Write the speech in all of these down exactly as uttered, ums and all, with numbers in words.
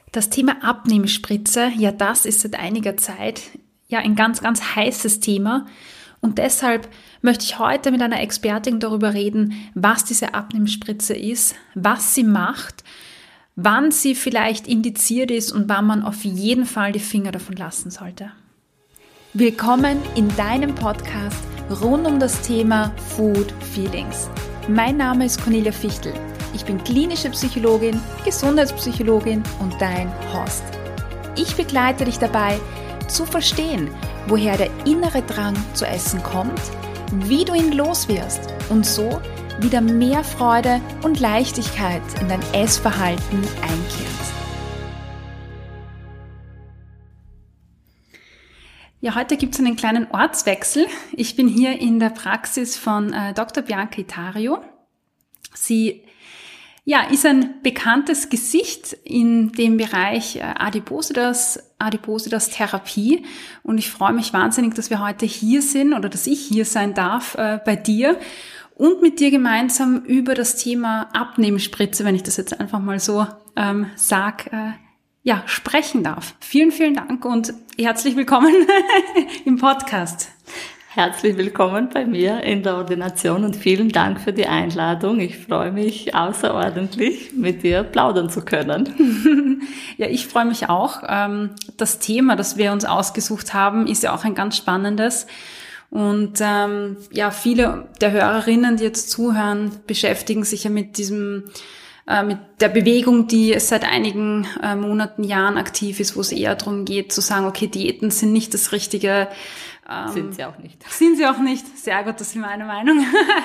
Das Thema Abnehmspritze, ja, das ist seit einiger Zeit ja ein ganz, ganz heißes Thema. Und deshalb möchte ich heute mit einer Expertin darüber reden, was diese Abnehmspritze ist, was sie macht, wann sie vielleicht indiziert ist und wann man auf jeden Fall die Finger davon lassen sollte. Willkommen in deinem Podcast rund um das Thema Food Feelings. Mein Name ist Cornelia Fichtel. Ich bin klinische Psychologin, Gesundheitspsychologin und dein Host. Ich begleite dich dabei, zu verstehen, woher der innere Drang zu essen kommt, wie du ihn loswirst und so wieder mehr Freude und Leichtigkeit in dein Essverhalten einkehrst. Ja, heute gibt es einen kleinen Ortswechsel. Ich bin hier in der Praxis von äh, Doktor Bianca Itario. Sie ja, ist ein bekanntes Gesicht in dem Bereich äh, Adipositas, Adipositas-Therapie. Und ich freue mich wahnsinnig, dass wir heute hier sind oder dass ich hier sein darf äh, bei dir und mit dir gemeinsam über das Thema Abnehmspritze, wenn ich das jetzt einfach mal so ähm, sag, äh, ja, sprechen darf. Vielen, vielen Dank und herzlich willkommen im Podcast. Herzlich willkommen bei mir in der Ordination und vielen Dank für die Einladung. Ich freue mich außerordentlich, mit dir plaudern zu können. Ja, ich freue mich auch. Das Thema, das wir uns ausgesucht haben, ist ja auch ein ganz spannendes. Und ähm, ja, viele der Hörerinnen, die jetzt zuhören, beschäftigen sich ja mit diesem äh, mit der Bewegung, die seit einigen äh, Monaten, Jahren aktiv ist, wo es eher darum geht, zu sagen, okay, Diäten sind nicht das Richtige. Ähm, sind sie auch nicht. Sind sie auch nicht. Sehr gut, das ist meine Meinung.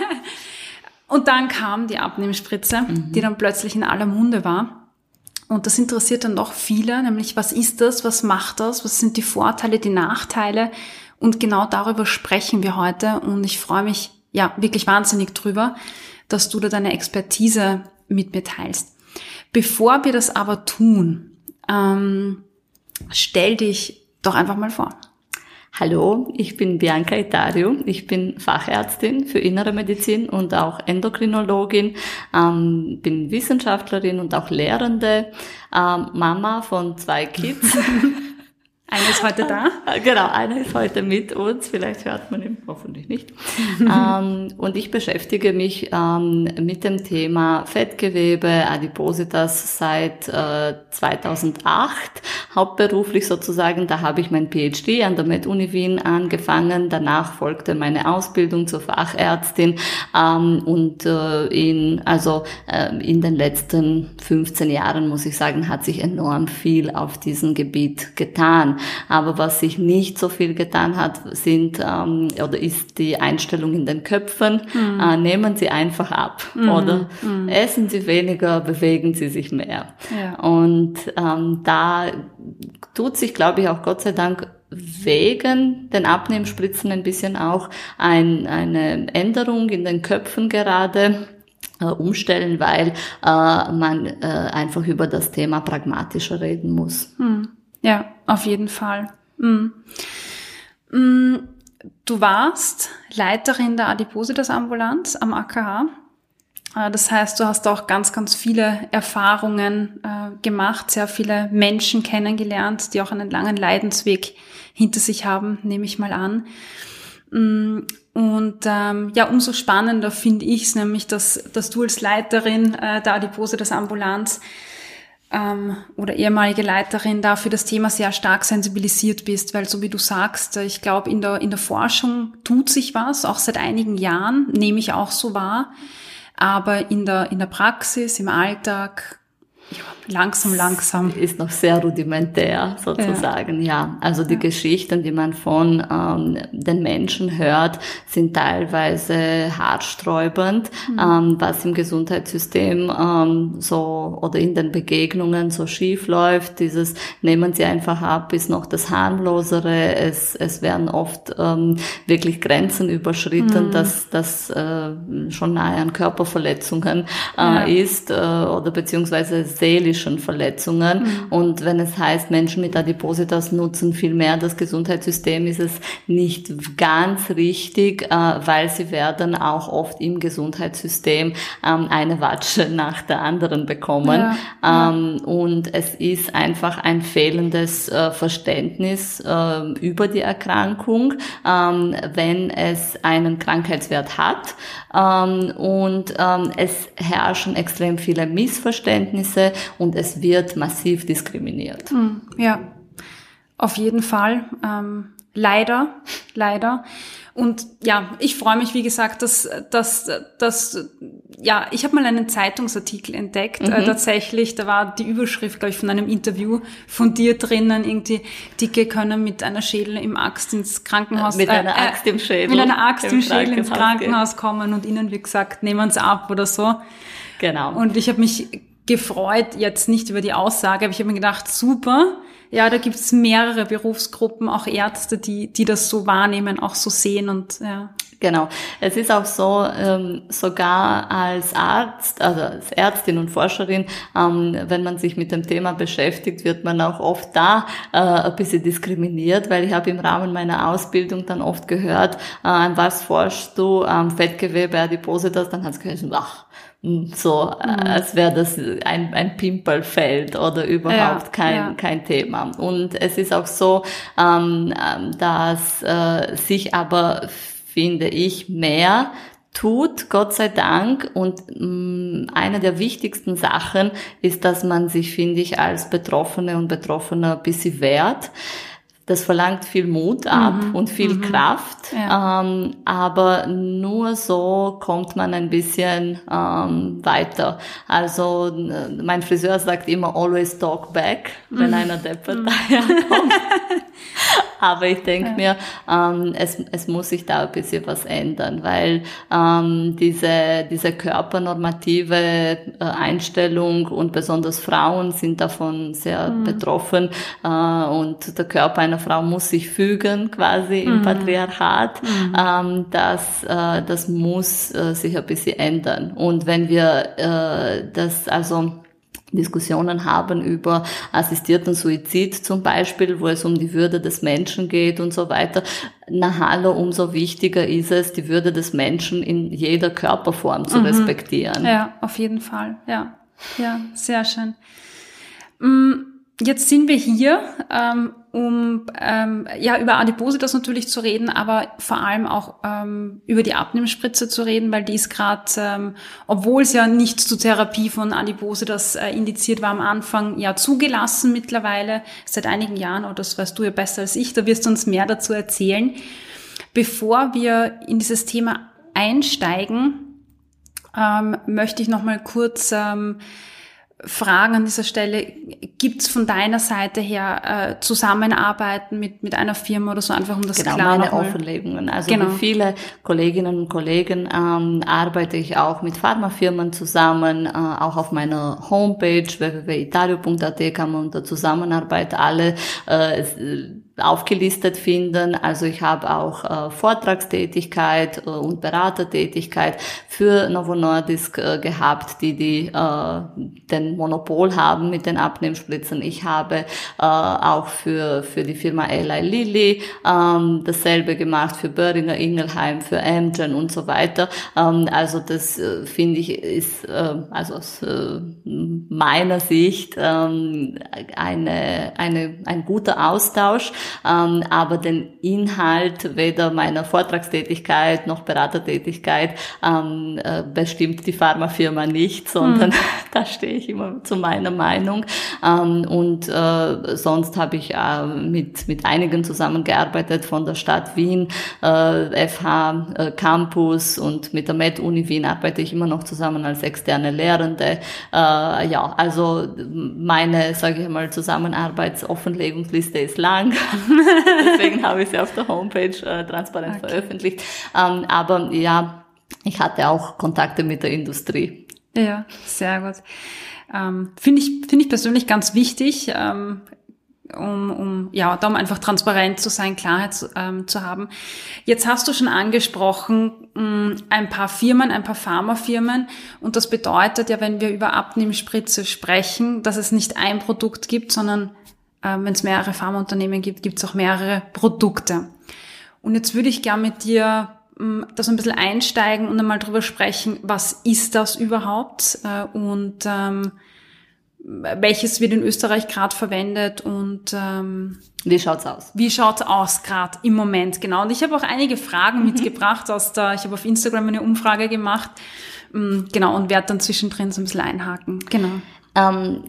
Und dann kam die Abnehmspritze, mhm. die dann plötzlich in aller Munde war. Und das interessiert dann doch viele, nämlich was ist das, was macht das, was sind die Vorteile, die Nachteile? Und genau darüber sprechen wir heute. Und ich freue mich ja wirklich wahnsinnig drüber, dass du da deine Expertise mit mir teilst. Bevor wir das aber tun, ähm, stell dich doch einfach mal vor. Hallo, ich bin Bianca Itario. Ich bin Fachärztin für Innere Medizin und auch Endokrinologin, ähm, bin Wissenschaftlerin und auch Lehrende, ähm, Mama von zwei Kids. Eine ist heute da? Genau, eine ist heute mit uns. Vielleicht hört man ihn, hoffentlich nicht. ähm, und ich beschäftige mich ähm, mit dem Thema Fettgewebe, Adipositas seit äh, zweitausendacht, hauptberuflich sozusagen. Da habe ich mein P H D an der Med-Uni Wien angefangen. Danach folgte meine Ausbildung zur Fachärztin ähm, und äh, in also äh, in den letzten fünfzehn Jahren, muss ich sagen, hat sich enorm viel auf diesem Gebiet getan. Aber was sich nicht so viel getan hat, sind ähm, oder ist die Einstellung in den Köpfen. Mhm. Äh, nehmen Sie einfach ab, mhm. oder mhm. essen Sie weniger, bewegen Sie sich mehr. Ja. Und ähm, da tut sich, glaube ich, auch Gott sei Dank wegen den Abnehmspritzen ein bisschen auch ein, eine Änderung in den Köpfen gerade äh, umstellen, weil äh, man äh, einfach über das Thema pragmatischer reden muss. Mhm. Ja, auf jeden Fall. Mm. Mm. Du warst Leiterin der Adipositas-Ambulanz am A K H. Das heißt, du hast auch ganz, ganz viele Erfahrungen äh, gemacht, sehr viele Menschen kennengelernt, die auch einen langen Leidensweg hinter sich haben, nehme ich mal an. Mm. Und ähm, ja, umso spannender finde ich es nämlich, dass, dass du als Leiterin äh, der Adipositas-Ambulanz oder ehemalige Leiterin da für das Thema sehr stark sensibilisiert bist, weil so wie du sagst, ich glaube, in der in der Forschung tut sich was, auch seit einigen Jahren, nehme ich auch so wahr, aber in der in der Praxis, im Alltag, ja, langsam, langsam. Ist noch sehr rudimentär sozusagen, ja. ja. Also die ja. Geschichten, die man von ähm, den Menschen hört, sind teilweise haarsträubend, mhm. ähm, was im Gesundheitssystem ähm, so oder in den Begegnungen so schief läuft. Dieses nehmen Sie einfach ab, ist noch das harmlosere. Es es werden oft ähm, wirklich Grenzen überschritten, mhm. dass das äh, schon nahe an Körperverletzungen äh, ja. ist äh, oder beziehungsweise seelischen Verletzungen. Mhm. Und wenn es heißt, Menschen mit Adipositas nutzen viel mehr das Gesundheitssystem, ist es nicht ganz richtig, äh, weil sie werden auch oft im Gesundheitssystem ähm, eine Watsche nach der anderen bekommen. Ja, ja. Ähm, und es ist einfach ein fehlendes äh, Verständnis äh, über die Erkrankung, ähm, wenn es einen Krankheitswert hat. Ähm, und ähm, es herrschen extrem viele Missverständnisse und es wird massiv diskriminiert. Ja, auf jeden Fall. Ähm, leider, leider. Und ja, ich freue mich, wie gesagt, dass, dass, dass ja, ich habe mal einen Zeitungsartikel entdeckt, mhm. äh, tatsächlich, da war die Überschrift, glaube ich, von einem Interview von dir drinnen, irgendwie, Dicke können mit einer Schädel im Axt ins Krankenhaus, mit einer äh, Axt im Schädel, mit einer Axt im, im Schädel ins Krankenhaus gehen. kommen und ihnen, wie gesagt, nehmen sie ab oder so. Genau. Und ich habe mich gefreut, jetzt nicht über die Aussage, aber ich habe mir gedacht, super, ja, da gibt's mehrere Berufsgruppen, auch Ärzte, die die das so wahrnehmen, auch so sehen und ja. Genau. Es ist auch so, ähm, sogar als Arzt, also als Ärztin und Forscherin, ähm, wenn man sich mit dem Thema beschäftigt, wird man auch oft da äh, ein bisschen diskriminiert, weil ich habe im Rahmen meiner Ausbildung dann oft gehört, äh, an was forschst du, ähm, Fettgewebe, Adipositas, dann hat es gehört, ach, so, mhm. als wäre das ein, ein Pimpelfeld oder überhaupt ja, kein, ja. kein Thema. Und es ist auch so, ähm, dass äh, sich aber, finde ich, mehr tut, Gott sei Dank. Und mh, eine der wichtigsten Sachen ist, dass man sich, finde ich, als Betroffene und Betroffener ein bisschen wehrt. Das verlangt viel Mut ab mhm, und viel mhm. Kraft, ja. ähm, aber nur so kommt man ein bisschen ähm, weiter. Also mein Friseur sagt immer, always talk back, wenn mhm. einer deppert mhm. daherkommt. Aber ich denke ja. mir, ähm, es, es muss sich da ein bisschen was ändern, weil ähm, diese, diese körpernormative äh, Einstellung und besonders Frauen sind davon sehr mhm. betroffen äh, und der Körper einer Frau muss sich fügen quasi im mhm. Patriarchat. Mhm. Ähm, das, äh, das muss äh, sich ein bisschen ändern. Und wenn wir äh, das also Diskussionen haben über assistierten Suizid zum Beispiel, wo es um die Würde des Menschen geht und so weiter. Na hallo, umso wichtiger ist es, die Würde des Menschen in jeder Körperform zu mhm. respektieren. Ja, auf jeden Fall. Ja, ja, sehr schön. Jetzt sind wir hier, ähm, um ähm, ja über Adipositas natürlich zu reden, aber vor allem auch ähm, über die Abnehmspritze zu reden, weil die ist gerade, ähm, obwohl es ja nicht zur Therapie von Adipositas äh, indiziert war am Anfang, ja zugelassen mittlerweile, seit einigen Jahren, oder das weißt du ja besser als ich, da wirst du uns mehr dazu erzählen. Bevor wir in dieses Thema einsteigen, ähm, möchte ich noch mal kurz ähm, fragen an dieser Stelle, gibt's von deiner Seite her äh, Zusammenarbeiten mit mit einer Firma oder so, einfach um das genau, klar meine Offenlegungen. Also genau. Wie viele Kolleginnen und Kollegen ähm, arbeite ich auch mit Pharmafirmen zusammen, äh, auch auf meiner Homepage w w w punkt italio punkt a t kann man unter Zusammenarbeit alle äh, aufgelistet finden. Also ich habe auch äh, Vortragstätigkeit äh, und Beratertätigkeit für Novo Nordisk äh, gehabt, die die äh, den Monopol haben mit den Abnehmspritzen. Ich habe äh, auch für für die Firma Eli Lilly ähm, dasselbe gemacht, für Boehringer Ingelheim, für Amgen und so weiter. Ähm, also das äh, finde ich ist äh, also aus äh, meiner Sicht ähm, eine eine ein guter Austausch. Ähm, aber den Inhalt weder meiner Vortragstätigkeit noch Beratertätigkeit ähm, äh, bestimmt die Pharmafirma nicht, sondern hm. da stehe ich immer zu meiner Meinung. Ähm, und äh, sonst habe ich äh, mit mit einigen zusammengearbeitet von der Stadt Wien, äh, F H äh, Campus, und mit der Med-Uni Wien arbeite ich immer noch zusammen als externe Lehrende. Äh, ja, also meine, sage ich mal, Zusammenarbeitsoffenlegungsliste ist lang. Deswegen habe ich sie auf der Homepage äh, transparent okay. veröffentlicht. Ähm, aber ja, ich hatte auch Kontakte mit der Industrie. Ja, sehr gut. Ähm, finde ich, finde ich persönlich ganz wichtig. Ähm, um, um, ja, da um einfach transparent zu sein, Klarheit zu, ähm, zu haben. Jetzt hast du schon angesprochen, mh, ein paar Firmen, ein paar Pharmafirmen. Und das bedeutet ja, wenn wir über Abnehmspritze sprechen, dass es nicht ein Produkt gibt, sondern äh, wenn es mehrere Pharmaunternehmen gibt, gibt es auch mehrere Produkte. Und jetzt würde ich gerne mit dir mh, das ein bisschen einsteigen und einmal drüber sprechen, was ist das überhaupt äh, und ähm, welches wird in Österreich gerade verwendet und ähm, wie schaut's aus? Wie schaut's aus gerade im Moment, genau. Und ich habe auch einige Fragen mhm. mitgebracht aus der, ich habe auf Instagram eine Umfrage gemacht, ähm, genau, und werde dann zwischendrin so ein bisschen einhaken. Genau. Ähm,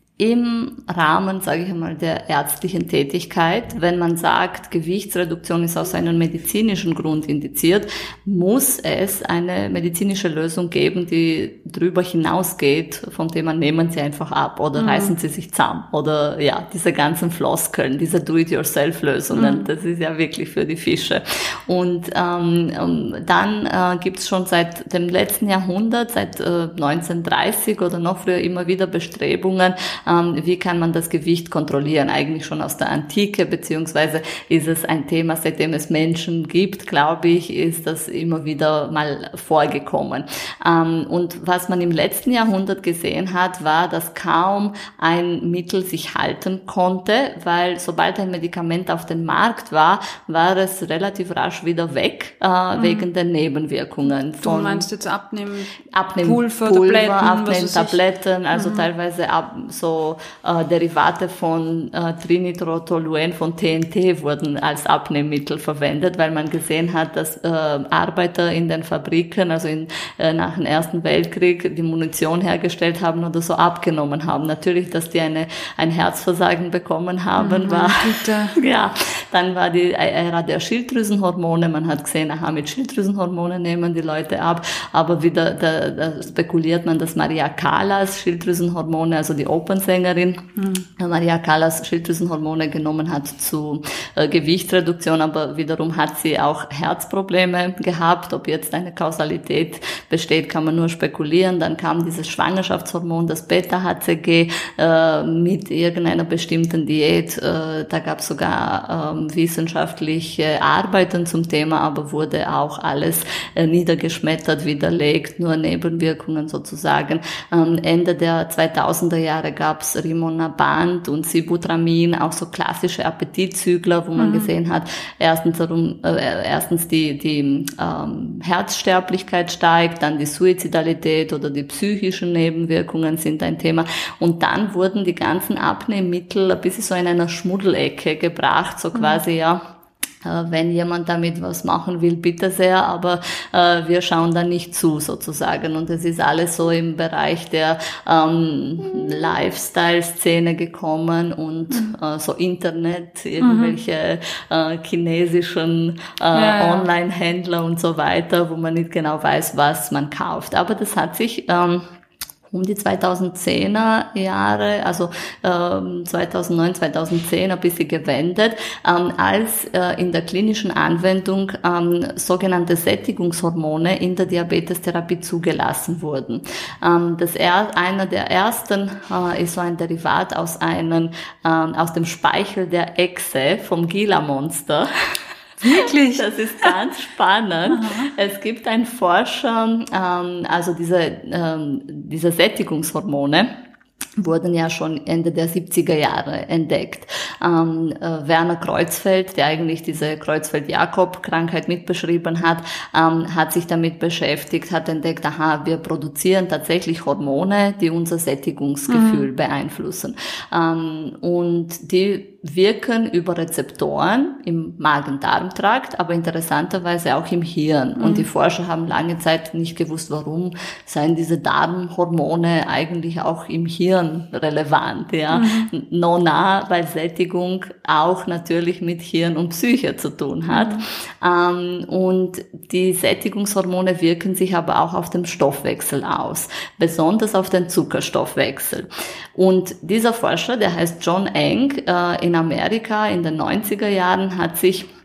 Im Rahmen, sage ich einmal, der ärztlichen Tätigkeit, wenn man sagt, Gewichtsreduktion ist aus einem medizinischen Grund indiziert, muss es eine medizinische Lösung geben, die darüber hinausgeht vom Thema nehmen Sie einfach ab oder mhm. reißen Sie sich zusammen oder ja, diese ganzen Floskeln, diese Do-it-yourself-Lösungen, mhm. das ist ja wirklich für die Fische. Und ähm, dann äh, gibt es schon seit dem letzten Jahrhundert, seit äh, neunzehnhundertdreißig oder noch früher immer wieder Bestrebungen, wie kann man das Gewicht kontrollieren? Eigentlich schon aus der Antike, beziehungsweise ist es ein Thema, seitdem es Menschen gibt, glaube ich, ist das immer wieder mal vorgekommen. Und was man im letzten Jahrhundert gesehen hat, war, dass kaum ein Mittel sich halten konnte, weil sobald ein Medikament auf den Markt war, war es relativ rasch wieder weg, mhm. wegen den Nebenwirkungen. Du meinst jetzt Abnehmen, Abnehmen Pulver, Pulver Tabletten, Abnehmen Tabletten, also mhm. teilweise ab, so äh, Derivate von äh, Trinitrotoluen, von T N T wurden als Abnehmmittel verwendet, weil man gesehen hat, dass äh, Arbeiter in den Fabriken, also in, äh, nach dem Ersten Weltkrieg, die Munition hergestellt haben oder so abgenommen haben. Natürlich, dass die eine ein Herzversagen bekommen haben, mhm, war bitte. Ja, dann war die Ära der Schilddrüsenhormone. Man hat gesehen, aha, mit Schilddrüsenhormonen nehmen die Leute ab, aber wieder da, da spekuliert man, dass Maria Callas Schilddrüsenhormone, also die Open Sängerin mhm. Maria Callas Schilddrüsenhormone genommen hat zu äh, Gewichtsreduktion, aber wiederum hat sie auch Herzprobleme gehabt. Ob jetzt eine Kausalität besteht, kann man nur spekulieren. Dann kam dieses Schwangerschaftshormon, das Beta-H C G, äh, mit irgendeiner bestimmten Diät. Äh, da gab es sogar äh, wissenschaftliche Arbeiten zum Thema, aber wurde auch alles äh, niedergeschmettert, widerlegt, nur Nebenwirkungen sozusagen. Ähm, Ende der zweitausender Jahre gab es Rimonabant und Sibutramine, auch so klassische Appetitzügler, wo man mhm. gesehen hat, erstens, darum, äh, erstens die, die ähm, Herzsterblichkeit steigt, dann die Suizidalität oder die psychischen Nebenwirkungen sind ein Thema. Und dann wurden die ganzen Abnehmmittel ein bisschen so in einer Schmuddelecke gebracht, so quasi, mhm. ja, wenn jemand damit was machen will, bitte sehr, aber äh, wir schauen da nicht zu sozusagen. Und es ist alles so im Bereich der ähm, Lifestyle-Szene gekommen und mhm. äh, so Internet, irgendwelche mhm. äh, chinesischen äh, ja, ja. Online-Händler und so weiter, wo man nicht genau weiß, was man kauft. Aber das hat sich ähm, um die zweitausendzehner Jahre, also ähm, zweitausendneun, zweitausendzehn ein bisschen gewendet, ähm, als äh, in der klinischen Anwendung ähm, sogenannte Sättigungshormone in der Diabetestherapie zugelassen wurden. Ähm, das er, einer der ersten äh, ist so ein Derivat aus einem ähm, aus dem Speichel der Echse vom Gila-Monster. Wirklich? Das ist ganz spannend. Aha. Es gibt einen Forscher, ähm, also diese, ähm, diese Sättigungshormone wurden ja schon Ende der siebziger Jahre entdeckt. Ähm, äh, Werner Kreuzfeld, der eigentlich diese Kreuzfeld-Jakob-Krankheit mitbeschrieben hat, ähm, hat sich damit beschäftigt, hat entdeckt, aha, wir produzieren tatsächlich Hormone, die unser Sättigungsgefühl mhm. beeinflussen. Ähm, und die wirken über Rezeptoren im Magen-Darm-Trakt, aber interessanterweise auch im Hirn. Mhm. Und die Forscher haben lange Zeit nicht gewusst, warum seien diese Darmhormone eigentlich auch im Hirn relevant. Ja, mhm. Nona, weil Sättigung auch natürlich mit Hirn und Psyche zu tun hat. Mhm. Ähm, und die Sättigungshormone wirken sich aber auch auf den Stoffwechsel aus, besonders auf den Zuckerstoffwechsel. Und dieser Forscher, der heißt John Eng, äh, in Amerika in den neunziger Jahren hat sich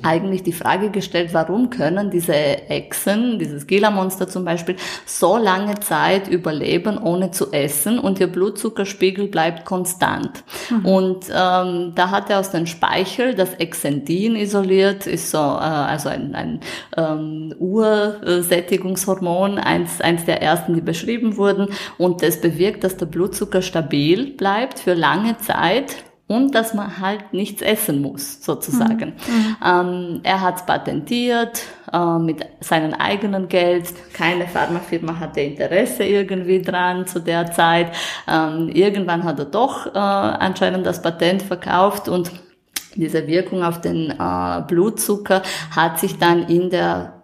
eigentlich die Frage gestellt, warum können diese Echsen, dieses Gila-Monster zum Beispiel, so lange Zeit überleben, ohne zu essen und ihr Blutzuckerspiegel bleibt konstant. Mhm. Und ähm, da hat er aus dem Speichel das Exendin isoliert, ist so äh, also ein, ein ähm, Ursättigungshormon, eins, eins der ersten, die beschrieben wurden, und das bewirkt, dass der Blutzucker stabil bleibt für lange Zeit. Und dass man halt nichts essen muss, sozusagen. Mhm. Ähm, er hat es patentiert äh, mit seinem eigenen Geld. Keine Pharmafirma hatte Interesse irgendwie dran zu der Zeit. Ähm, irgendwann hat er doch äh, anscheinend das Patent verkauft und diese Wirkung auf den äh, Blutzucker hat sich dann in der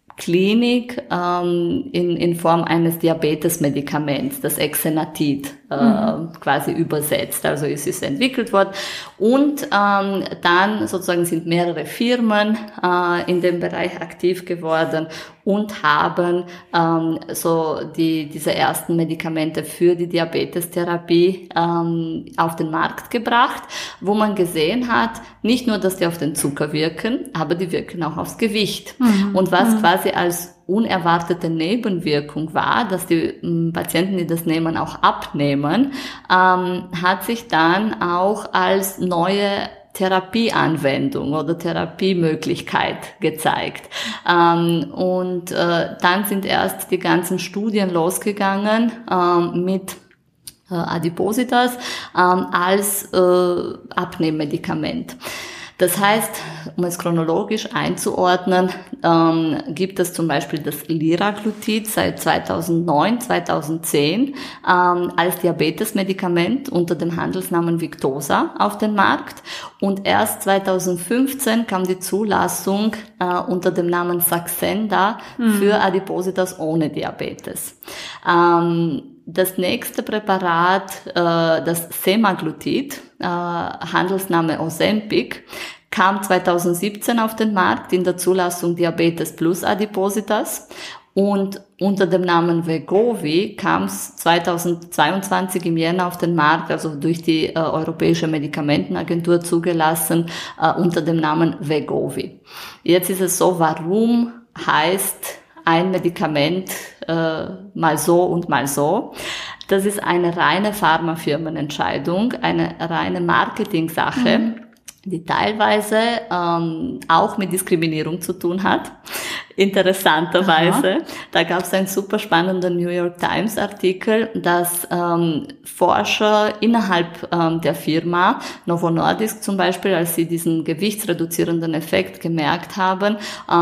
Klinik ähm, in, in Form eines Diabetesmedikaments, das Exenatid, äh, mhm. quasi übersetzt. Also es ist entwickelt worden. Und ähm, dann sozusagen sind mehrere Firmen äh, in dem Bereich aktiv geworden und haben ähm, so die diese ersten Medikamente für die Diabetestherapie ähm, auf den Markt gebracht, wo man gesehen hat, nicht nur, dass die auf den Zucker wirken, aber die wirken auch aufs Gewicht. Mhm. Und was mhm. quasi als unerwartete Nebenwirkung war, dass die m, Patienten, die das nehmen, auch abnehmen, ähm, hat sich dann auch als neue Therapieanwendung oder Therapiemöglichkeit gezeigt. Ähm, und äh, dann sind erst die ganzen Studien losgegangen ähm, mit äh, Adipositas ähm, als äh, Abnehmmedikament. Das heißt, um es chronologisch einzuordnen, ähm, gibt es zum Beispiel das Liraglutid seit zweitausendneun, zweitausendzehn ähm, als Diabetesmedikament unter dem Handelsnamen Victoza auf den Markt. Und erst zweitausendfünfzehn kam die Zulassung äh, unter dem Namen Saxenda mhm. für Adipositas ohne Diabetes. Ähm, Das nächste Präparat, äh, das Semaglutid, äh, Handelsname Ozempic, kam zweitausendsiebzehn auf den Markt in der Zulassung Diabetes plus Adipositas. Und unter dem Namen Wegovy kam es zweitausendzweiundzwanzig im Jänner auf den Markt, also durch die äh, Europäische Medikamentenagentur zugelassen, äh, unter dem Namen Wegovy. Jetzt ist es so, warum heißt ein Medikament äh, mal so und mal so. Das ist eine reine Pharmafirmenentscheidung, eine reine Marketing-Sache, mhm. die teilweise ähm, auch mit Diskriminierung zu tun hat. Interessanterweise. Aha. Da gab es einen super spannenden New York Times Artikel, dass ähm, Forscher innerhalb ähm, der Firma, Novo Nordisk zum Beispiel, als sie diesen gewichtsreduzierenden Effekt gemerkt haben,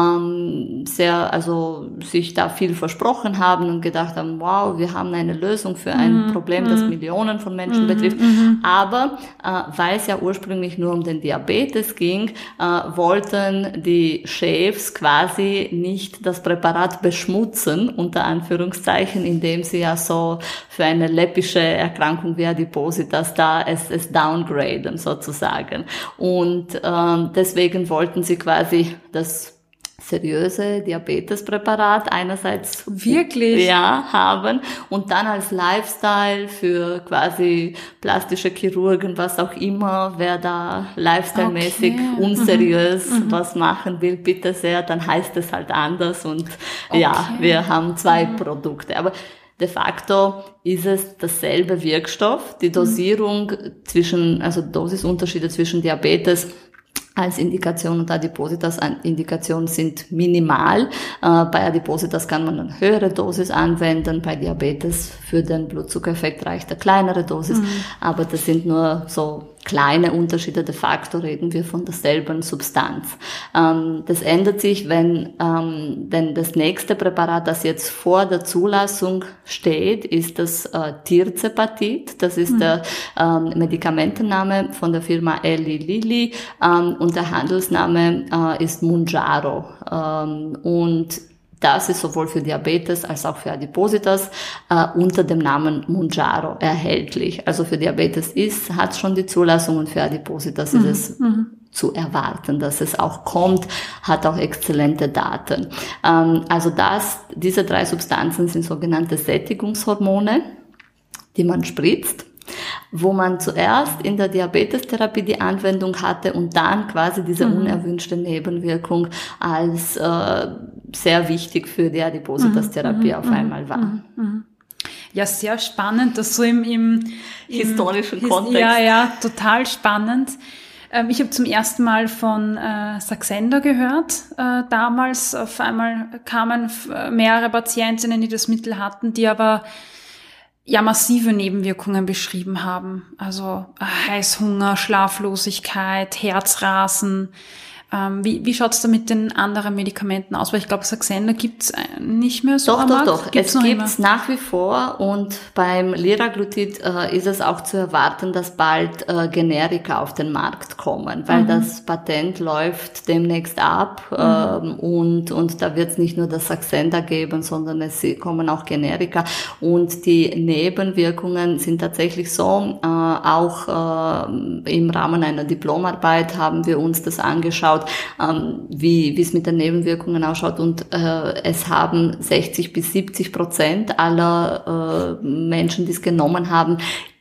ähm, sehr, also sich da viel versprochen haben und gedacht haben, wow, wir haben eine Lösung für ein mhm. Problem, das Millionen von Menschen mhm. betrifft. Mhm. Aber äh, weil es ja ursprünglich nur um den Diabetes ging, äh, wollten die Chefs quasi nicht das Präparat beschmutzen, unter Anführungszeichen, indem sie ja so für eine läppische Erkrankung wie Adipositas da es, es downgraden sozusagen. Und ähm, deswegen wollten sie quasi das seriöse Diabetespräparat einerseits wirklich ja haben und dann als Lifestyle für quasi plastische Chirurgen, was auch immer, wer da lifestylemäßig okay. unseriös mhm. was machen will, bitte sehr, dann heißt es halt anders und okay. ja, wir haben zwei mhm. Produkte, aber de facto ist es dasselbe Wirkstoff, die Dosierung mhm. zwischen, also Dosisunterschiede zwischen Diabetes als Indikation und Adipositas Indikation sind minimal. Äh, bei Adipositas kann man eine höhere Dosis anwenden, bei Diabetes für den Blutzuckereffekt reicht eine kleinere Dosis, mhm. aber das sind nur so kleine Unterschiede, de facto reden wir von derselben Substanz. Ähm, das ändert sich, wenn ähm, denn das nächste Präparat, das jetzt vor der Zulassung steht, ist das äh, Tirzepatid. Das ist mhm. der ähm, Medikamentenname von der Firma Eli Lilly ähm, und der Handelsname äh, ist Mounjaro. Ähm, und das ist sowohl für Diabetes als auch für Adipositas äh, unter dem Namen Mounjaro erhältlich. Also für Diabetes ist, hat schon die Zulassung und für Adipositas mhm. ist es mhm. zu erwarten, dass es auch kommt, hat auch exzellente Daten. Ähm, also das, diese drei Substanzen sind sogenannte Sättigungshormone, die man spritzt. wo man zuerst in der Diabetestherapie die Anwendung hatte und dann quasi diese mhm. unerwünschte Nebenwirkung als äh, sehr wichtig für die Adipositas-Therapie mhm. auf einmal war. Mhm. Ja, sehr spannend, das so im, im historischen im, Kontext. Ja, ja, total spannend. Ähm, ich habe zum ersten Mal von äh, Saxenda gehört. Äh, damals auf einmal kamen mehrere Patientinnen, die das Mittel hatten, die aber ja massive Nebenwirkungen beschrieben haben. Also äh, Heißhunger, Schlaflosigkeit, Herzrasen. Ähm, wie wie schaut's da mit den anderen Medikamenten aus? Weil ich glaube, Saxenda gibt's nicht mehr so. Doch, am doch, Markt. doch. Gibt's es gibt's nach wie vor und beim Liraglutid äh, ist es auch zu erwarten, dass bald äh, Generika auf den Markt kommen, weil mhm. das Patent läuft demnächst ab mhm. ähm, und und da wird es nicht nur das Saxenda geben, sondern es kommen auch Generika und die Nebenwirkungen sind tatsächlich so. Äh, auch äh, im Rahmen einer Diplomarbeit haben wir uns das angeschaut, Ähm, wie wie es mit den Nebenwirkungen ausschaut und äh, es haben sechzig bis siebzig Prozent aller äh, Menschen, die es genommen haben,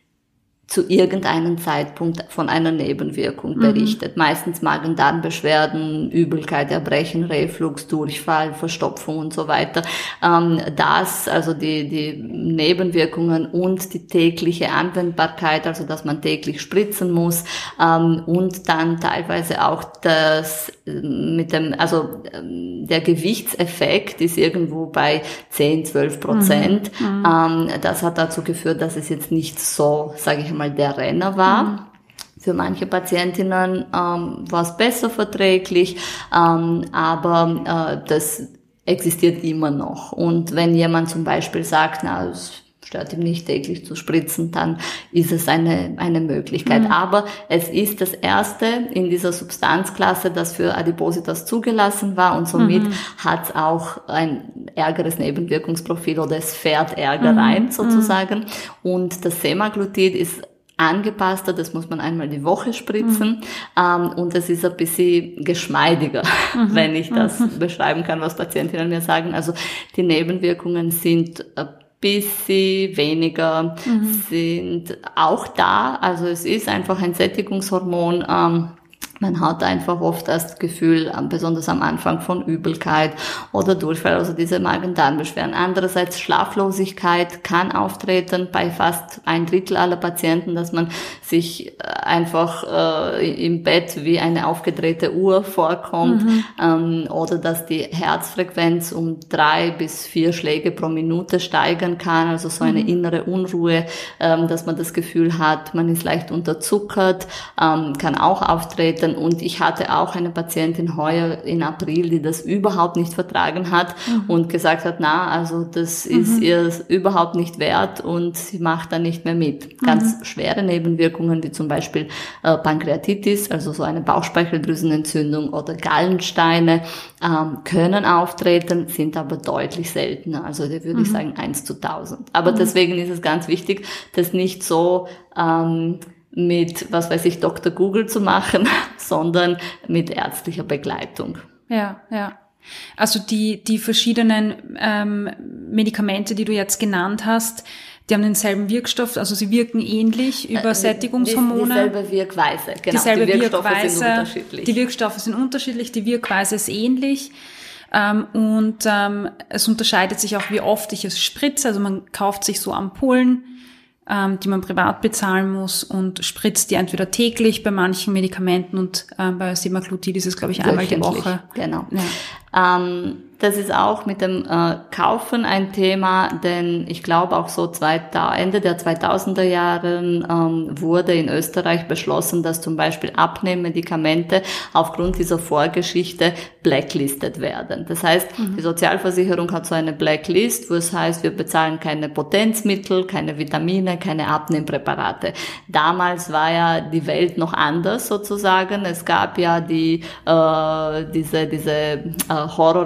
zu irgendeinem Zeitpunkt von einer Nebenwirkung berichtet. Mhm. Meistens Magen-Darm-Beschwerden, Übelkeit, Erbrechen, Reflux, Durchfall, Verstopfung und so weiter. Ähm, das, also die, die Nebenwirkungen und die tägliche Anwendbarkeit, also dass man täglich spritzen muss, ähm, und dann teilweise auch das mit dem, also der Gewichtseffekt ist irgendwo bei zehn, zwölf Prozent. Mhm. Ähm, das hat dazu geführt, dass es jetzt nicht so, sage ich mal, der Renner war. Mhm. Für manche Patientinnen ähm, war es besser verträglich, ähm, aber äh, das existiert immer noch. Und wenn jemand zum Beispiel sagt, na, es stört ihm nicht täglich zu spritzen, dann ist es eine eine Möglichkeit. Mhm. Aber es ist das erste in dieser Substanzklasse, das für Adipositas zugelassen war und somit mhm. hat es auch ein ärgeres Nebenwirkungsprofil oder es fährt Ärger mhm. rein sozusagen. Mhm. Und das Semaglutid ist angepasster, das muss man einmal die Woche spritzen, mhm. ähm, und es ist ein bisschen geschmeidiger, mhm. wenn ich das mhm. beschreiben kann, was Patientinnen mir sagen. Also die Nebenwirkungen sind ein bisschen weniger, mhm. sind auch da, also es ist einfach ein Sättigungshormon. ähm, Man hat einfach oft das Gefühl, besonders am Anfang, von Übelkeit oder Durchfall, also diese Magen-Darm-Beschwerden. Andererseits Schlaflosigkeit kann auftreten bei fast ein Drittel aller Patienten, dass man sich einfach äh, im Bett wie eine aufgedrehte Uhr vorkommt, mhm. ähm, oder dass die Herzfrequenz um drei bis vier Schläge pro Minute steigern kann, also so eine mhm. innere Unruhe, ähm, dass man das Gefühl hat, man ist leicht unterzuckert, ähm, kann auch auftreten. Und ich hatte auch eine Patientin heuer in April, die das überhaupt nicht vertragen hat mhm. und gesagt hat, na, also das mhm. ist ihr überhaupt nicht wert und sie macht da nicht mehr mit. Mhm. Ganz schwere Nebenwirkungen, wie zum Beispiel äh, Pankreatitis, also so eine Bauchspeicheldrüsenentzündung oder Gallensteine, ähm, können auftreten, sind aber deutlich seltener. Also da würde mhm. ich sagen eins zu tausend. Aber mhm. deswegen ist es ganz wichtig, das nicht so ähm, mit, was weiß ich, Doktor Google zu machen, sondern mit ärztlicher Begleitung. Ja, ja. Also die die verschiedenen ähm, Medikamente, die du jetzt genannt hast, die haben denselben Wirkstoff, also sie wirken ähnlich über äh, Sättigungshormone. Dieselbe Wirkweise, genau. Dieselbe die Wirkstoffe Wirkweise, sind unterschiedlich. Die Wirkstoffe sind unterschiedlich, die Wirkweise ist ähnlich. Ähm, und ähm, es unterscheidet sich auch, wie oft ich es spritze. Also man kauft sich so Ampullen, ähm, die man privat bezahlen muss und spritzt die entweder täglich bei manchen Medikamenten und ähm, bei Semaglutid ist es, glaube ich, einmal die Woche. Genau. Ja. Ähm, das ist auch mit dem äh, Kaufen ein Thema, denn ich glaube auch so zweitausend, Ende der zweitausender Jahren ähm, wurde in Österreich beschlossen, dass zum Beispiel Abnehmmedikamente aufgrund dieser Vorgeschichte blacklisted werden. Das heißt, mhm. die Sozialversicherung hat so eine Blacklist, wo es heißt, wir bezahlen keine Potenzmittel, keine Vitamine, keine Abnehmpräparate. Damals war ja die Welt noch anders sozusagen. Es gab ja die äh, diese diese äh, Horrorgeschichte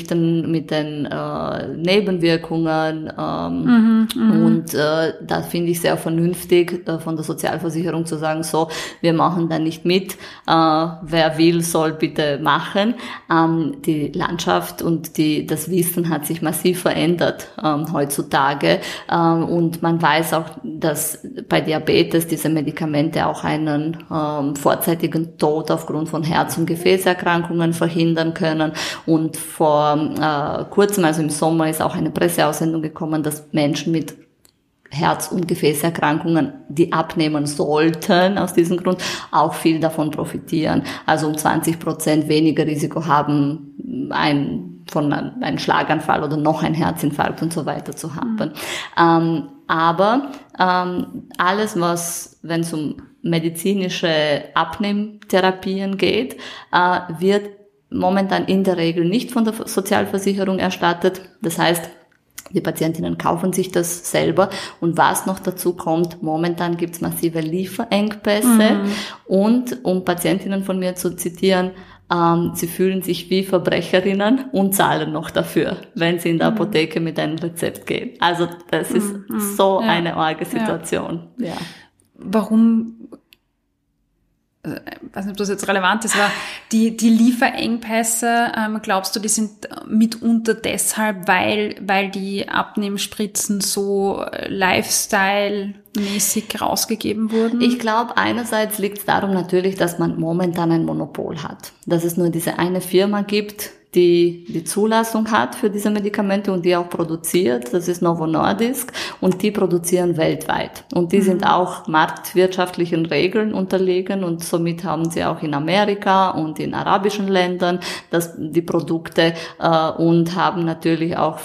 mit den mit den äh, Nebenwirkungen ähm, mhm, und äh, da finde ich sehr vernünftig äh, von der Sozialversicherung zu sagen, so, wir machen da nicht mit, äh, wer will, soll bitte machen. Ähm, die Landschaft und die das Wissen hat sich massiv verändert ähm, heutzutage ähm, und man weiß auch, dass bei Diabetes diese Medikamente auch einen ähm, vorzeitigen Tod aufgrund von Herz- und Gefäßerkrankungen verhindern können. Und vor äh, kurzem, also im Sommer, ist auch eine Presseaussendung gekommen, dass Menschen mit Herz- und Gefäßerkrankungen, die abnehmen sollten, aus diesem Grund auch viel davon profitieren. Also um zwanzig Prozent weniger Risiko haben, ein, von einem Schlaganfall oder noch ein Herzinfarkt und so weiter zu haben. Mhm. Ähm, aber ähm, alles, was, wenn es um medizinische Abnehmtherapien geht, äh, wird momentan in der Regel nicht von der Sozialversicherung erstattet. Das heißt, die Patientinnen kaufen sich das selber. Und was noch dazu kommt, momentan gibt es massive Lieferengpässe. Mhm. Und um Patientinnen von mir zu zitieren, ähm, sie fühlen sich wie Verbrecherinnen und zahlen noch dafür, wenn sie in der mhm. Apotheke mit einem Rezept gehen. Also das ist mhm. so ja. eine arge Situation. Ja. Ja. Warum, ich weiß nicht, ob das jetzt relevant ist, aber die, die Lieferengpässe, ähm, glaubst du, die sind mitunter deshalb, weil, weil die Abnehmspritzen so Lifestyle-mäßig rausgegeben wurden? Ich glaube, einerseits liegt es darum natürlich, dass man momentan ein Monopol hat. Dass es nur diese eine Firma gibt, die die Zulassung hat für diese Medikamente und die auch produziert. Das ist Novo Nordisk und die produzieren weltweit. Und die mhm. sind auch marktwirtschaftlichen Regeln unterlegen und somit haben sie auch in Amerika und in arabischen Ländern das, die Produkte äh, und haben natürlich auch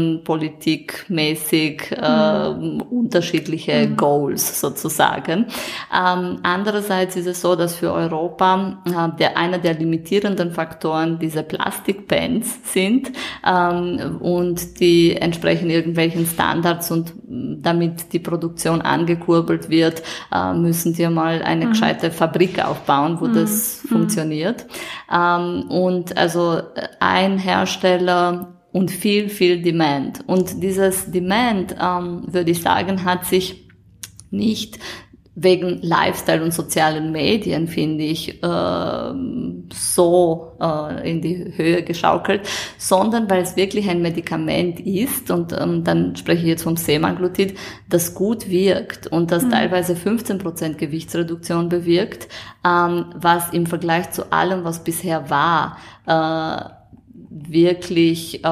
firmenpolitikmäßig äh, mhm. unterschiedliche mhm. Goals sozusagen. Ähm, andererseits ist es so, dass für Europa äh, der einer der limitierenden Faktoren diese Plastik Bands sind ähm, und die entsprechen irgendwelchen Standards und damit die Produktion angekurbelt wird, äh, müssen die mal eine mhm. gescheite Fabrik aufbauen, wo mhm. das mhm. funktioniert. Ähm, und also ein Hersteller und viel, viel Demand. Und dieses Demand, ähm, würde ich sagen, hat sich nicht wegen Lifestyle und sozialen Medien, finde ich, äh, so äh, in die Höhe geschaukelt, sondern weil es wirklich ein Medikament ist und ähm, dann spreche ich jetzt vom Semaglutid, das gut wirkt und das mhm. teilweise fünfzehn Prozent Gewichtsreduktion bewirkt, ähm, was im Vergleich zu allem, was bisher war, äh, wirklich äh,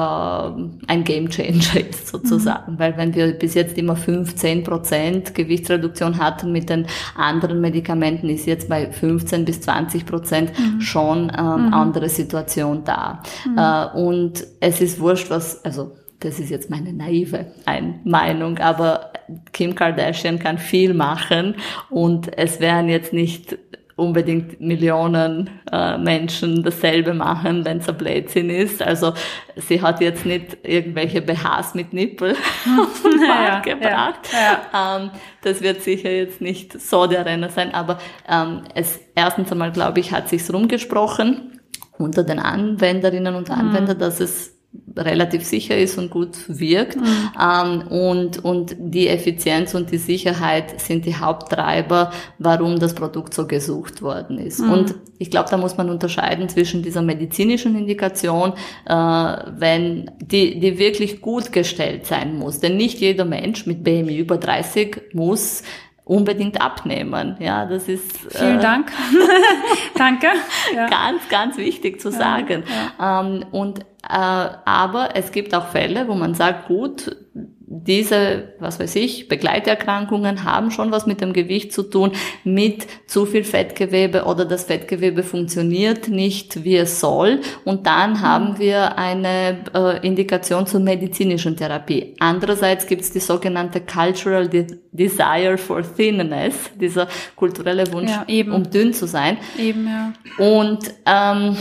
ein Gamechanger ist sozusagen, mhm. weil wenn wir bis jetzt immer fünfzehn Prozent Gewichtsreduktion hatten mit den anderen Medikamenten, ist jetzt bei fünfzehn bis zwanzig Prozent mhm. schon ähm, mhm. andere Situation da. Mhm. Äh, und es ist wurscht, was, also das ist jetzt meine naive Meinung, aber Kim Kardashian kann viel machen und es wären jetzt nicht unbedingt Millionen äh, Menschen dasselbe machen, wenn es ein Blödsinn ist. Also sie hat jetzt nicht irgendwelche B Hs mit Nippel auf den Markt ja, gebracht. Ja, ja. Ähm, das wird sicher jetzt nicht so der Renner sein, aber ähm, es erstens einmal, glaube ich, hat sich's rumgesprochen unter den Anwenderinnen und Anwendern, mhm. dass es relativ sicher ist und gut wirkt. Mhm. Ähm, und, und die Effizienz und die Sicherheit sind die Haupttreiber, warum das Produkt so gesucht worden ist. Mhm. Und ich glaube, da muss man unterscheiden zwischen dieser medizinischen Indikation, äh, wenn die, die wirklich gut gestellt sein muss. Denn nicht jeder Mensch mit B M I über dreißig muss unbedingt abnehmen. Ja, das ist vielen äh, Dank. Danke. Ja. Ganz, ganz wichtig zu ja, sagen. Ja. Ähm, und äh, aber es gibt auch Fälle, wo man sagt, gut, diese, was weiß ich, Begleiterkrankungen haben schon was mit dem Gewicht zu tun, mit zu viel Fettgewebe oder das Fettgewebe funktioniert nicht, wie es soll. Und dann mhm. haben wir eine äh, Indikation zur medizinischen Therapie. Andererseits gibt es die sogenannte Cultural De- Desire for Thinness, dieser kulturelle Wunsch, ja, um dünn zu sein. Eben, ja. Und ähm,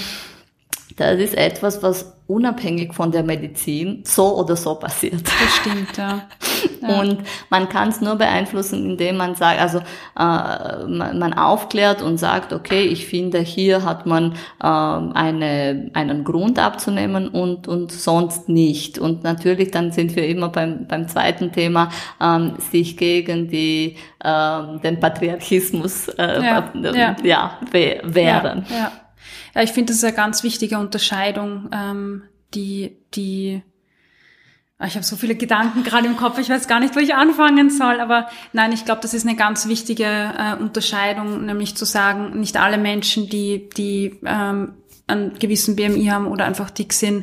das ist etwas, was unabhängig von der Medizin so oder so passiert. Das stimmt, ja. Ja. Und man kann es nur beeinflussen, indem man sagt, also äh, man, man aufklärt und sagt, okay, ich finde, hier hat man äh, eine, einen Grund abzunehmen und und sonst nicht. Und natürlich dann sind wir immer beim beim zweiten Thema, ähm, sich gegen die ähm, den Patriarchismus äh, ja, äh, ja. ja wehren. Ja, ja. ja, ich finde, das ist eine ganz wichtige Unterscheidung, ähm, die die ich habe so viele Gedanken gerade im Kopf, ich weiß gar nicht, wo ich anfangen soll, aber nein, ich glaube, das ist eine ganz wichtige äh, Unterscheidung, nämlich zu sagen, nicht alle Menschen, die die ähm, einen gewissen B M I haben oder einfach dick sind,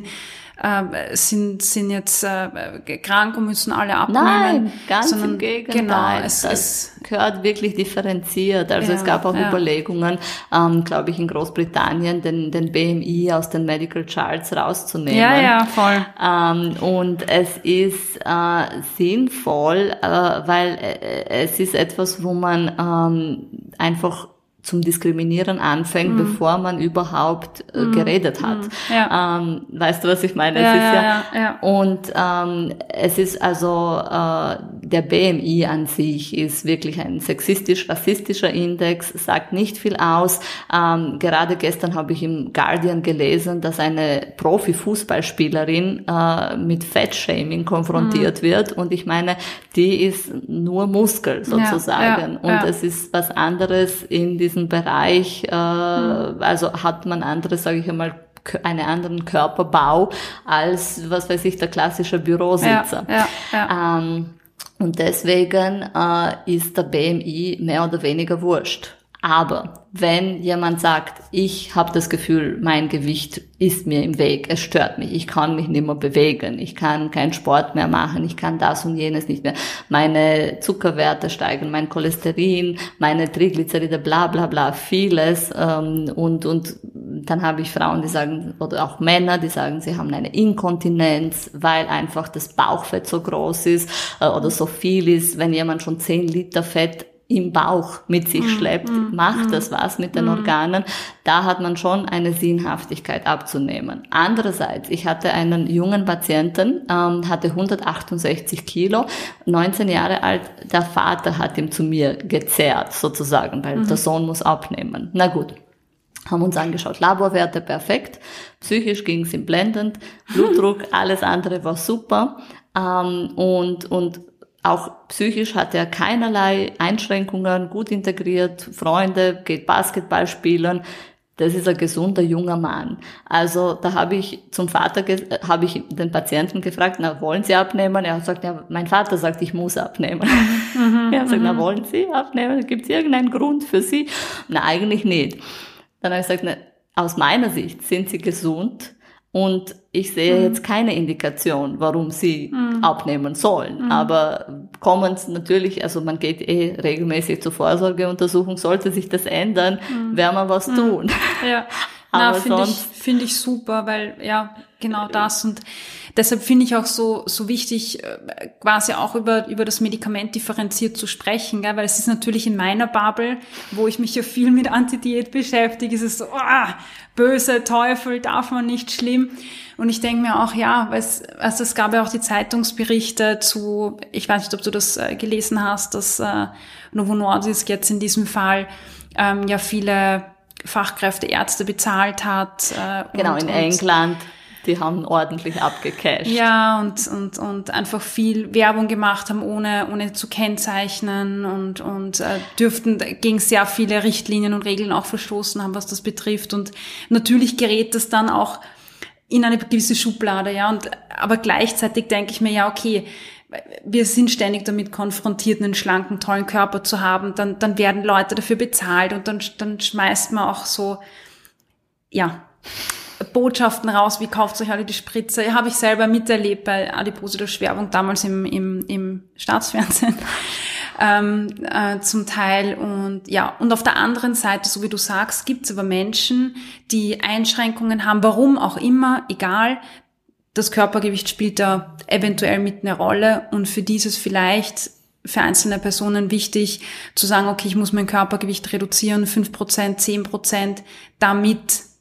äh, sind sind jetzt äh, krank und müssen alle abnehmen. Nein, ganz sondern, im Gegenteil. Genau, es, das es gehört wirklich differenziert. Also ja, es gab auch ja. Überlegungen, ähm, glaube ich, in Großbritannien den, den B M I aus den Medical Charts rauszunehmen. Ja, ja, voll. Ähm, und es ist äh, sinnvoll, äh, weil äh, es ist etwas, wo man ähm, einfach zum Diskriminieren anfängt, mm. bevor man überhaupt äh, mm. geredet hat. Mm. Ja. Ähm, weißt du, was ich meine? Ja, es ist ja, ja, ja, ja. Und ähm, es ist also, äh, der B M I an sich ist wirklich ein sexistisch-rassistischer Index, sagt nicht viel aus. Ähm, gerade gestern habe ich im Guardian gelesen, dass eine Profi-Fußballspielerin äh, mit Fettshaming konfrontiert mm. wird. Und ich meine, die ist nur Muskel sozusagen. Ja, ja, und ja. es ist was anderes in diesem Bereich, äh, mhm. also hat man andere, sage ich einmal, einen anderen Körperbau als, was weiß ich, der klassische Bürositzer. Ja, ja, ja. Ähm, und deswegen äh, ist der B M I mehr oder weniger wurscht. Aber wenn jemand sagt, ich habe das Gefühl, mein Gewicht ist mir im Weg, es stört mich, ich kann mich nicht mehr bewegen, ich kann keinen Sport mehr machen, ich kann das und jenes nicht mehr, meine Zuckerwerte steigen, mein Cholesterin, meine Triglyceride, bla bla bla, vieles. Ähm, und und dann habe ich Frauen, die sagen, oder auch Männer, die sagen, sie haben eine Inkontinenz, weil einfach das Bauchfett so groß ist äh, oder so viel ist. Wenn jemand schon zehn Liter Fett im Bauch mit sich mm, schleppt, mm, macht mm, das was mit den mm. Organen. Da hat man schon eine Sinnhaftigkeit abzunehmen. Andererseits, ich hatte einen jungen Patienten, ähm, hatte hundertachtundsechzig Kilo, neunzehn Jahre alt, der Vater hat ihm zu mir gezerrt, sozusagen, weil mm. der Sohn muss abnehmen. Na gut. Haben uns angeschaut, Laborwerte perfekt, psychisch ging es ihm blendend, Blutdruck, alles andere war super, ähm, und, und auch psychisch hat er keinerlei Einschränkungen, gut integriert, Freunde, geht Basketball spielen. Das ist ein gesunder junger Mann. Also da habe ich zum Vater, habe ich den Patienten gefragt, na, wollen Sie abnehmen? Er hat gesagt, ja, mein Vater sagt, ich muss abnehmen. Mhm, er hat gesagt, na, wollen Sie abnehmen? Gibt es irgendeinen Grund für Sie? Na, eigentlich nicht. Dann habe ich gesagt, na, aus meiner Sicht sind Sie gesund. Und ich sehe mm. jetzt keine Indikation, warum sie mm. abnehmen sollen. Mm. Aber kommen natürlich, also man geht eh regelmäßig zur Vorsorgeuntersuchung, sollte sich das ändern, mm. werden wir was mm. tun. Ja, na, finde ich, finde ich super, weil, ja, genau das. Und deshalb finde ich auch so, so wichtig, quasi auch über, über das Medikament differenziert zu sprechen, gell? Weil es ist natürlich in meiner Bubble, wo ich mich ja viel mit Anti-Diät beschäftige, ist es so, oh, böse Teufel, darf man nicht, schlimm. Und ich denke mir auch, ja, weil es, also es gab ja auch die Zeitungsberichte zu, ich weiß nicht, ob du das äh, gelesen hast, dass äh, Novo Nordisk jetzt in diesem Fall ähm, ja viele Fachkräfte, Ärzte bezahlt hat. Äh, genau, und, in und, England. Die haben ordentlich abgecasht. Ja, und, und, und einfach viel Werbung gemacht haben, ohne, ohne zu kennzeichnen und, und, äh, dürften gegen sehr viele Richtlinien und Regeln auch verstoßen haben, was das betrifft. Und natürlich gerät das dann auch in eine gewisse Schublade, ja. Und, aber gleichzeitig denke ich mir, ja, okay, wir sind ständig damit konfrontiert, einen schlanken, tollen Körper zu haben. Dann, dann werden Leute dafür bezahlt und dann, dann schmeißt man auch so, ja, Botschaften raus, wie kauft euch alle die Spritze. Ja, habe ich selber miterlebt bei Adipositas-Werbung damals im, im, im Staatsfernsehen ähm, äh, zum Teil. Und ja, und auf der anderen Seite, so wie du sagst, gibt es aber Menschen, die Einschränkungen haben, warum auch immer, egal. Das Körpergewicht spielt da eventuell mit eine Rolle und für dieses vielleicht für einzelne Personen wichtig zu sagen, okay, ich muss mein Körpergewicht reduzieren, fünf Prozent, zehn Prozent, damit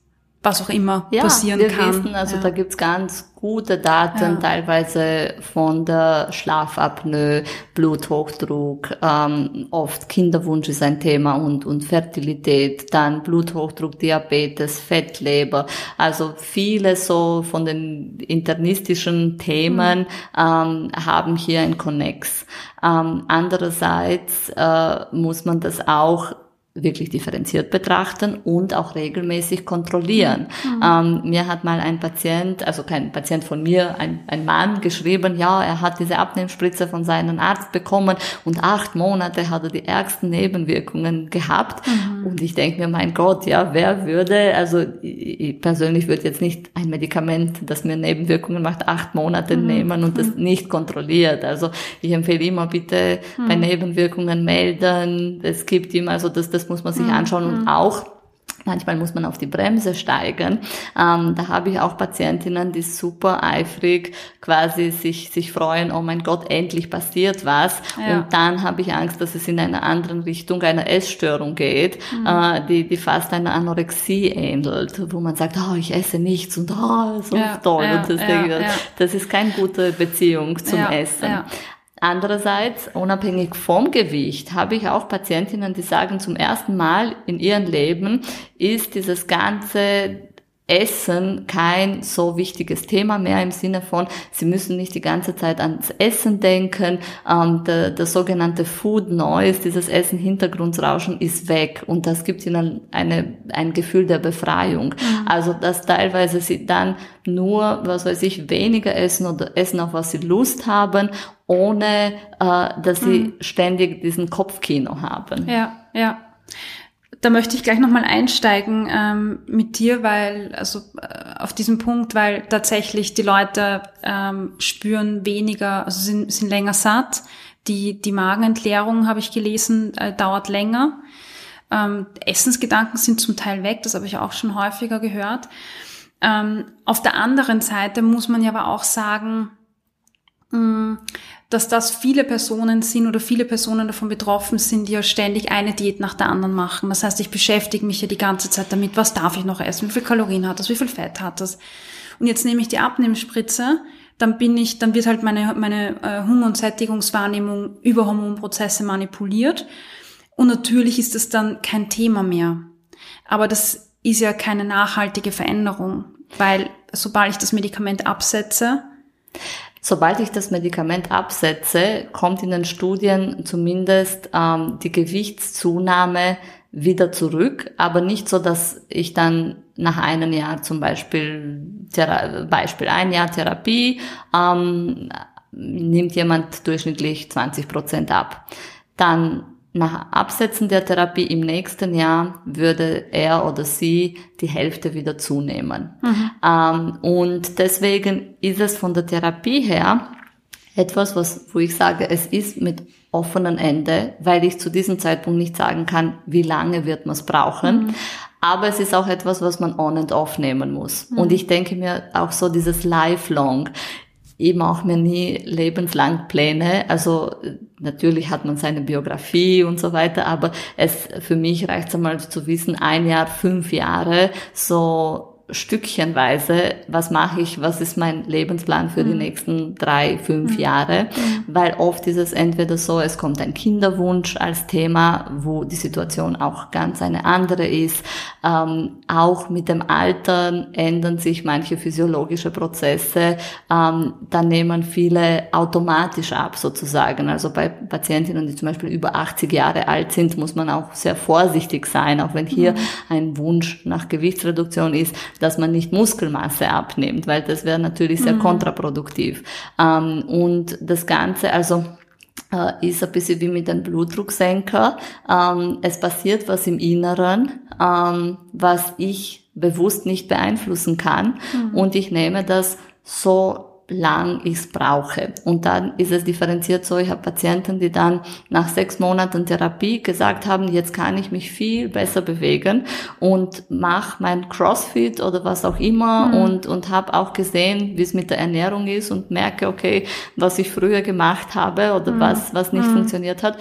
was auch immer ja, passieren wir kann. Wissen, also ja. da gibt's ganz gute Daten, Ja. teilweise von der Schlafapnoe, Bluthochdruck, ähm, oft Kinderwunsch ist ein Thema und, und Fertilität, dann Bluthochdruck, Diabetes, Fettleber, also viele so von den internistischen Themen mhm. ähm, haben hier ein Konnex. Ähm, andererseits äh, muss man das auch wirklich differenziert betrachten und auch regelmäßig kontrollieren. Mhm. Ähm, mir hat mal ein Patient, also kein Patient von mir, ein, ein Mann geschrieben, ja, er hat diese Abnehmspritze von seinem Arzt bekommen und acht Monate hat er die ärgsten Nebenwirkungen gehabt. Mhm. Und ich denke mir, mein Gott, ja, wer würde, also ich, ich persönlich würde jetzt nicht ein Medikament, das mir Nebenwirkungen macht, acht Monate mhm. nehmen und das nicht kontrolliert. Also ich empfehle immer, bitte mhm. bei Nebenwirkungen melden. Es gibt immer, also das, das muss man sich anschauen mhm. und auch manchmal muss man auf die Bremse steigen. Ähm, da habe ich auch Patientinnen, die super eifrig quasi sich sich freuen, oh mein Gott, endlich passiert was. Ja. Und dann habe ich Angst, dass es in einer anderen Richtung, einer Essstörung geht, mhm. äh, die die fast einer Anorexie ähnelt, wo man sagt, oh, ich esse nichts und oh, so ja. toll. Ja. Und das, ja. denke ich, ja. das ist keine gute Beziehung zum ja. Essen. Ja. Andererseits, unabhängig vom Gewicht, habe ich auch Patientinnen, die sagen, zum ersten Mal in ihrem Leben ist dieses ganze Essen kein so wichtiges Thema mehr im Sinne von, sie müssen nicht die ganze Zeit ans Essen denken, ähm, der, der sogenannte Food Noise, dieses Essen-Hintergrundrauschen ist weg und das gibt ihnen eine, ein Gefühl der Befreiung. Mhm. Also, dass teilweise sie dann nur, was weiß ich, weniger essen oder essen, auf was sie Lust haben, ohne, äh, dass sie mhm. ständig diesen Kopfkino haben. Ja, ja. Da möchte ich gleich nochmal einsteigen ähm, mit dir, weil, also äh, auf diesem Punkt, weil tatsächlich die Leute ähm, spüren weniger, also sind, sind länger satt. Die, die Magenentleerung, habe ich gelesen, äh, dauert länger. Ähm, Essensgedanken sind zum Teil weg, das habe ich auch schon häufiger gehört. Ähm, auf der anderen Seite muss man ja aber auch sagen, mh, dass das viele Personen sind oder viele Personen davon betroffen sind, die ja ständig eine Diät nach der anderen machen. Das heißt, ich beschäftige mich ja die ganze Zeit damit, was darf ich noch essen, wie viel Kalorien hat das, wie viel Fett hat das. Und jetzt nehme ich die Abnehmspritze, dann bin ich, dann wird halt meine, meine äh, Hunger- und Sättigungswahrnehmung über Hormonprozesse manipuliert. Und natürlich ist das dann kein Thema mehr. Aber das ist ja keine nachhaltige Veränderung, weil sobald ich das Medikament absetze, Sobald ich das Medikament absetze, kommt in den Studien zumindest ähm, die Gewichtszunahme wieder zurück, aber nicht so, dass ich dann nach einem Jahr zum Beispiel, Thera- Beispiel ein Jahr Therapie, ähm, nimmt jemand durchschnittlich zwanzig Prozent ab. Dann nach Absetzen der Therapie im nächsten Jahr würde er oder sie die Hälfte wieder zunehmen. Mhm. Ähm, und deswegen ist es von der Therapie her etwas, was, wo ich sage, es ist mit offenem Ende, weil ich zu diesem Zeitpunkt nicht sagen kann, wie lange wird man es brauchen. Mhm. Aber es ist auch etwas, was man on and off nehmen muss. Mhm. Und ich denke mir auch so dieses Lifelong. Ich mache mir nie lebenslang Pläne, also natürlich hat man seine Biografie und so weiter, aber es für mich reicht es einmal zu wissen, ein Jahr, fünf Jahre, so stückchenweise, was mache ich, was ist mein Lebensplan für mhm. die nächsten drei, fünf mhm. Jahre, mhm. weil oft ist es entweder so, es kommt ein Kinderwunsch als Thema, wo die Situation auch ganz eine andere ist. Ähm, auch mit dem Alter ändern sich manche physiologische Prozesse, ähm, dann nehmen viele automatisch ab sozusagen. Also bei Patientinnen, die zum Beispiel über achtzig Jahre alt sind, muss man auch sehr vorsichtig sein, auch wenn hier mhm. ein Wunsch nach Gewichtsreduktion ist, dass man nicht Muskelmasse abnimmt, weil das wäre natürlich sehr mhm. kontraproduktiv. Ähm, und das Ganze, also äh, ist ein bisschen wie mit einem Blutdrucksenker. Ähm, es passiert was im Inneren, ähm, was ich bewusst nicht beeinflussen kann mhm. und ich nehme das so lang ich es brauche. Und dann ist es differenziert so, ich habe Patienten, die dann nach sechs Monaten Therapie gesagt haben, jetzt kann ich mich viel besser bewegen und mache mein Crossfit oder was auch immer mhm. und und habe auch gesehen, wie es mit der Ernährung ist und merke, okay, was ich früher gemacht habe oder mhm. was was nicht mhm. funktioniert hat.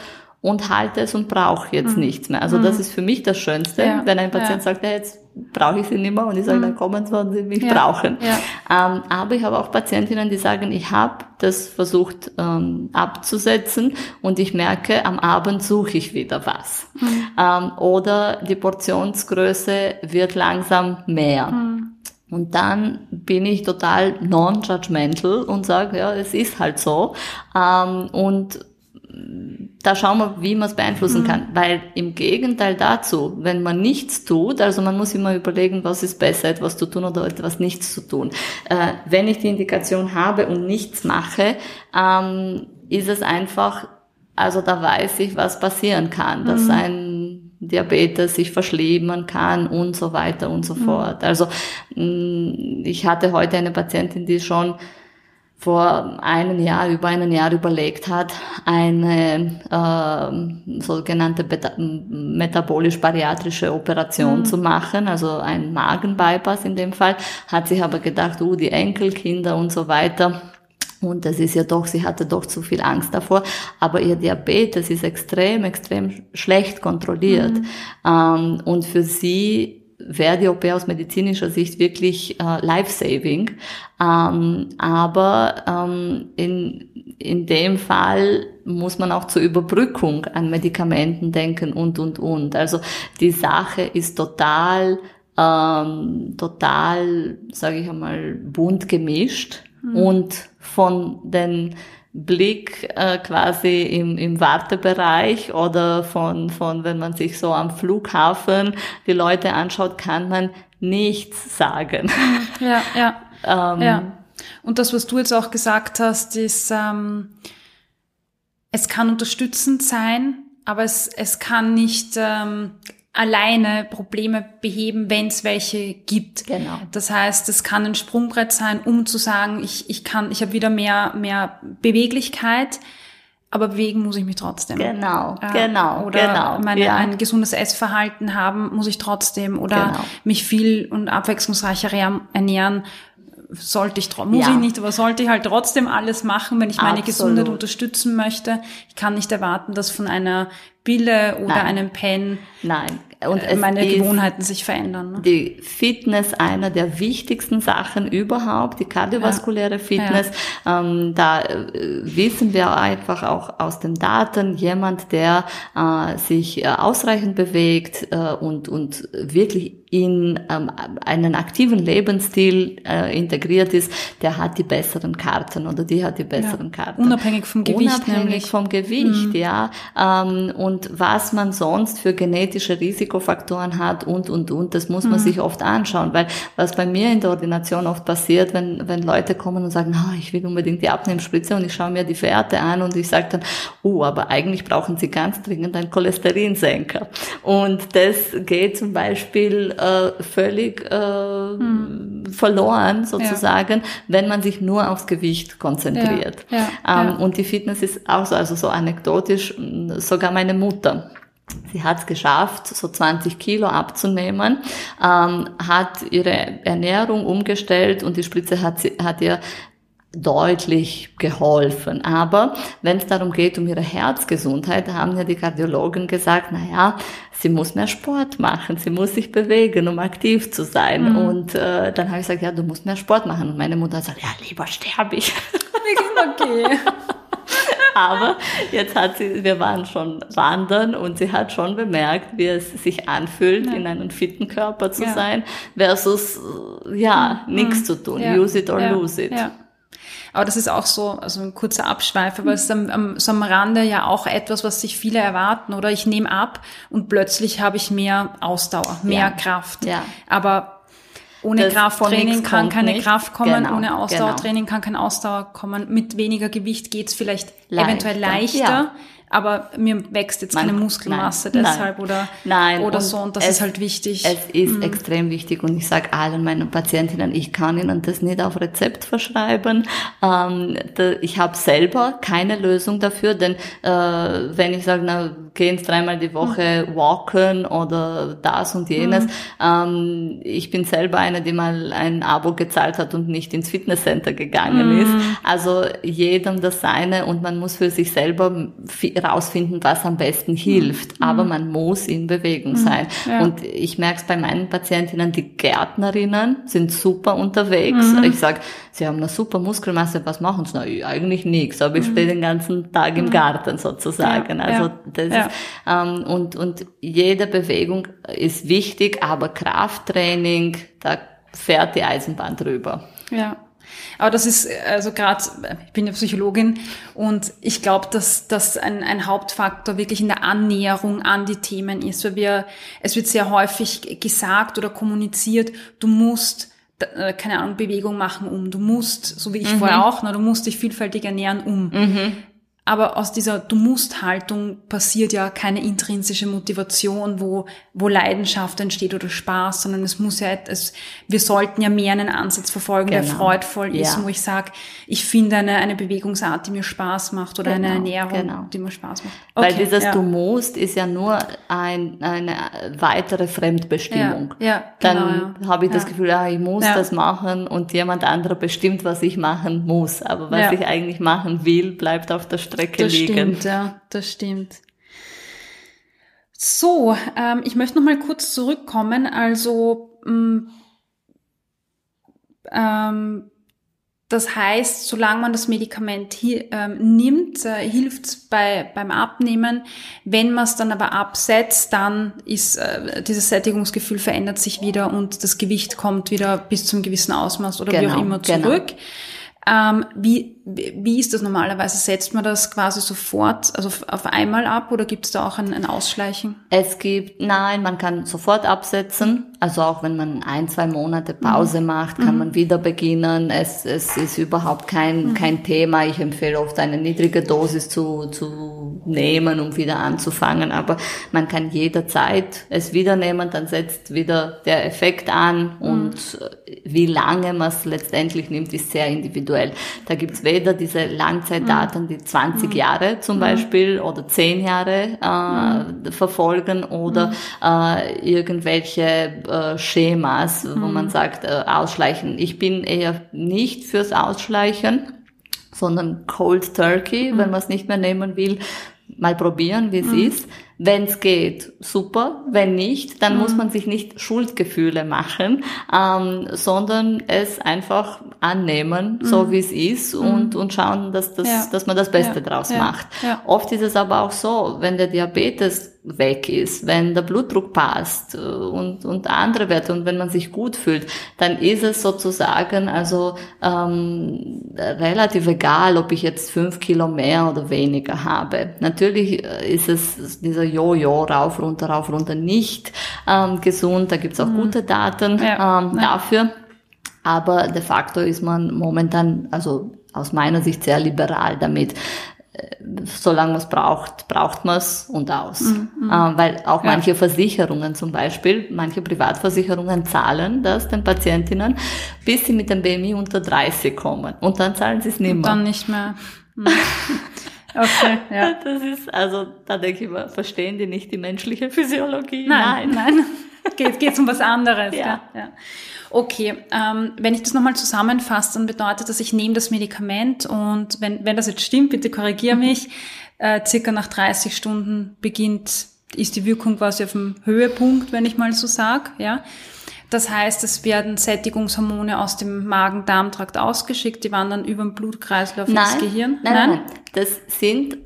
und halte es und brauche jetzt mhm. nichts mehr. Also mhm. das ist für mich das Schönste, ja. wenn ein Patient ja. sagt, ja, jetzt brauche ich sie nicht mehr und ich sage, mhm. dann kommen sie, wenn sie mich ja. brauchen. Ja. Ähm, aber ich habe auch Patientinnen, die sagen, ich habe das versucht ähm, abzusetzen und ich merke, am Abend suche ich wieder was. Mhm. Ähm, oder die Portionsgröße wird langsam mehr. Mhm. Und dann bin ich total non-judgmental und sage, ja, es ist halt so. Ähm, und da schauen wir, wie man es beeinflussen mhm. kann. Weil im Gegenteil dazu, wenn man nichts tut, also man muss immer überlegen, was ist besser, etwas zu tun oder etwas nichts zu tun. Äh, wenn ich die Indikation habe und nichts mache, ähm, ist es einfach, also da weiß ich, was passieren kann, dass mhm. ein Diabetes sich verschlimmern kann und so weiter und so mhm. fort. Also ich hatte heute eine Patientin, die schon vor einem Jahr, über einem Jahr überlegt hat, eine äh, sogenannte Beta- metabolisch-bariatrische Operation mhm. zu machen, also ein Magenbypass in dem Fall, hat sich aber gedacht, uh, die Enkelkinder und so weiter. Und das ist ja doch, sie hatte doch zu viel Angst davor. Aber ihr Diabetes ist extrem, extrem schlecht kontrolliert. Mhm. Ähm, und für sie wäre die O P aus medizinischer Sicht wirklich äh, life-saving. Ähm, aber ähm, in, in dem Fall muss man auch zur Überbrückung an Medikamenten denken und, und, und. Also die Sache ist total, ähm, total, sage ich einmal, bunt gemischt. Mhm. Und von den Blick äh, quasi im, im Wartebereich oder von, von, wenn man sich so am Flughafen die Leute anschaut, kann man nichts sagen. Ja, ja, ähm, ja. Und das, was du jetzt auch gesagt hast, ist, ähm, es kann unterstützend sein, aber es, es kann nicht ähm, alleine Probleme beheben, wenn es welche gibt. Genau. Das heißt, es kann ein Sprungbrett sein, um zu sagen, ich ich kann, ich habe wieder mehr mehr Beweglichkeit, aber bewegen muss ich mich trotzdem. Genau, äh, genau, oder genau. meine, ja. ein gesundes Essverhalten haben muss ich trotzdem oder genau. mich viel und abwechslungsreicher ernähren. Sollte ich, muss ja. ich nicht, aber sollte ich halt trotzdem alles machen, wenn ich meine Absolut. Gesundheit unterstützen möchte. Ich kann nicht erwarten, dass von einer Pille oder Nein. einem Pen Nein. Und äh, meine Gewohnheiten sich verändern. Ne? Die Fitness einer der wichtigsten Sachen überhaupt, die kardiovaskuläre ja. Fitness. Ja. Ähm, da äh, wissen wir einfach auch aus den Daten, jemand, der äh, sich äh, ausreichend bewegt äh, und und wirklich in ähm, einen aktiven Lebensstil äh, integriert ist, der hat die besseren Karten oder die hat die besseren ja. Karten. Unabhängig vom Gewicht. Unabhängig nämlich. vom Gewicht, mhm. ja. Ähm, und was man sonst für genetische Risikofaktoren hat und, und, und, das muss man mhm. sich oft anschauen, weil was bei mir in der Ordination oft passiert, wenn, wenn Leute kommen und sagen, oh, ich will unbedingt die Abnehmspritze und ich schaue mir die Werte an und ich sage dann, oh, aber eigentlich brauchen Sie ganz dringend einen Cholesterinsenker. Und das geht zum Beispiel äh, völlig äh, mhm. verloren sozusagen, ja. wenn man sich nur aufs Gewicht konzentriert. Ja. Ja. Ähm, Ja. Und die Fitness ist auch so, also so anekdotisch, sogar meine Mutter. Sie hat es geschafft, so zwanzig Kilo abzunehmen, ähm, hat ihre Ernährung umgestellt und die Spritze hat, sie, hat ihr deutlich geholfen. Aber wenn es darum geht, um ihre Herzgesundheit, haben ja die Kardiologen gesagt, na ja, sie muss mehr Sport machen, sie muss sich bewegen, um aktiv zu sein. Mhm. Und äh, dann habe ich gesagt, ja, du musst mehr Sport machen. Und meine Mutter hat gesagt, ja, lieber sterbe ich. Okay. Aber jetzt hat sie, wir waren schon wandern und sie hat schon bemerkt, wie es sich anfühlt, ja. in einem fitten Körper zu ja. sein, versus, ja, mhm. nichts zu tun. Ja. Use it or ja. lose it. Ja. Aber das ist auch so, also ein kurzer Abschweif, aber es ist am, am, so am Rande ja auch etwas, was sich viele erwarten, oder? Ich nehme ab und plötzlich habe ich mehr Ausdauer, mehr ja. Kraft. Ja. Aber ohne das Krafttraining kann keine nicht. Kraft kommen, genau, ohne Ausdauertraining genau. kann keine Ausdauer kommen. Mit weniger Gewicht geht's vielleicht leichter. eventuell leichter, ja. aber mir wächst jetzt Man, keine Muskelmasse nein, deshalb nein, oder nein. oder und so, und das es, ist halt wichtig. Es ist mhm. extrem wichtig, und ich sage allen meinen Patientinnen, ich kann ihnen das nicht auf Rezept verschreiben. Ähm, da, ich habe selber keine Lösung dafür, denn äh, wenn ich sage, na, gehen dreimal die Woche mhm. walken oder das und jenes, mhm. ähm, ich bin selber eine, die mal ein Abo gezahlt hat und nicht ins Fitnesscenter gegangen mhm. ist. Also jedem das seine, und man man muss für sich selber rausfinden, was am besten hilft. Mhm. Aber man muss in Bewegung mhm. sein. Ja. Und ich merke es bei meinen Patientinnen, die Gärtnerinnen sind super unterwegs. Mhm. Ich sage, sie haben eine super Muskelmasse, was machen sie? Na, eigentlich nichts, aber ich mhm. stehe den ganzen Tag im Garten sozusagen. Ja. Also ja. das ja. ist, ähm, und, und jede Bewegung ist wichtig, aber Krafttraining, da fährt die Eisenbahn drüber. Ja. Aber das ist, also gerade, ich bin ja Psychologin und ich glaube, dass das ein, ein Hauptfaktor wirklich in der Annäherung an die Themen ist, weil wir, es wird sehr häufig gesagt oder kommuniziert, du musst, keine Ahnung, Bewegung machen um, du musst, so wie ich mhm. vorher auch, na, du musst dich vielfältig ernähren um. Mhm. Aber aus dieser Du-musst-Haltung passiert ja keine intrinsische Motivation, wo, wo Leidenschaft entsteht oder Spaß, sondern es muss ja, es, wir sollten ja mehr einen Ansatz verfolgen, genau. der freudvoll ist, ja. wo ich sage, ich finde eine, eine Bewegungsart, die mir Spaß macht oder genau, eine Ernährung, genau. die mir Spaß macht. Okay, weil dieses ja. Du musst ist ja nur ein, eine weitere Fremdbestimmung. Ja, ja, genau, Dann ja. habe ich das ja. Gefühl, ah, ich muss ja. das machen und jemand anderer bestimmt, was ich machen muss. Aber was ja. ich eigentlich machen will, bleibt auf der Strecke. Das liegen. stimmt, ja, das stimmt. So, ähm, ich möchte noch mal kurz zurückkommen. Also, ähm, ähm, das heißt, solange man das Medikament hi- ähm, nimmt, äh, hilft es bei, beim Abnehmen. Wenn man es dann aber absetzt, dann ist äh, dieses Sättigungsgefühl verändert sich wieder und das Gewicht kommt wieder bis zum gewissen Ausmaß oder genau, wie auch immer zurück. Genau. Ähm, wie, wie ist das normalerweise? Setzt man das quasi sofort, also auf einmal ab oder gibt es da auch ein, ein Ausschleichen? Es gibt, nein, man kann sofort absetzen. Also auch wenn man ein, zwei Monate Pause mhm. macht, kann mhm. man wieder beginnen. Es, es ist überhaupt kein, mhm. kein Thema. Ich empfehle oft eine niedrige Dosis zu, zu nehmen, um wieder anzufangen. Aber man kann jederzeit es wieder nehmen, dann setzt wieder der Effekt an. Mhm. Und wie lange man es letztendlich nimmt, ist sehr individuell. Da gibt's weder diese Langzeitdaten, die zwanzig mhm. Jahre zum Beispiel oder zehn Jahre äh, mhm. verfolgen oder mhm. äh, irgendwelche äh, Schemas, mhm. wo man sagt, äh, ausschleichen. Ich bin eher nicht fürs Ausschleichen, sondern Cold Turkey, mhm. wenn man es nicht mehr nehmen will, mal probieren, wie es mhm. ist. Wenn es geht, super. Wenn nicht, dann mhm. muss man sich nicht Schuldgefühle machen, ähm, sondern es einfach annehmen, mhm. so wie es ist mhm. und und schauen, dass das, ja. dass man das Beste ja. draus ja. macht. Ja. Oft ist es aber auch so, wenn der Diabetes weg ist, wenn der Blutdruck passt und und andere Werte und wenn man sich gut fühlt, dann ist es sozusagen also ähm, relativ egal, ob ich jetzt fünf Kilo mehr oder weniger habe. Natürlich ist es dieser Jojo, rauf, runter, rauf, runter, nicht ähm, gesund. Da gibt's auch mhm. gute Daten ja. ähm, dafür. Aber de facto ist man momentan, also aus meiner Sicht, sehr liberal damit. Solange man es braucht, braucht man es und aus. Mhm. Ähm, weil auch ja. manche Versicherungen zum Beispiel, manche Privatversicherungen zahlen das den Patientinnen, bis sie mit dem B M I unter dreißig kommen. Und dann zahlen sie es nicht mehr. Und dann nicht mehr. Mhm. Okay, ja. Das ist, also, da denke ich mal, verstehen die nicht die menschliche Physiologie? Nein, nein. nein. Geht, geht's um was anderes. Ja. ja. Okay, ähm, wenn ich das nochmal zusammenfasse, dann bedeutet das, ich nehme das Medikament und wenn, wenn das jetzt stimmt, bitte korrigiere mich, äh, circa nach dreißig Stunden beginnt, ist die Wirkung quasi auf dem Höhepunkt, wenn ich mal so sage, ja. Das heißt, es werden Sättigungshormone aus dem Magen-Darm-Trakt ausgeschickt, die wandern über den Blutkreislauf nein, ins Gehirn. Nein, nein, nein, das sind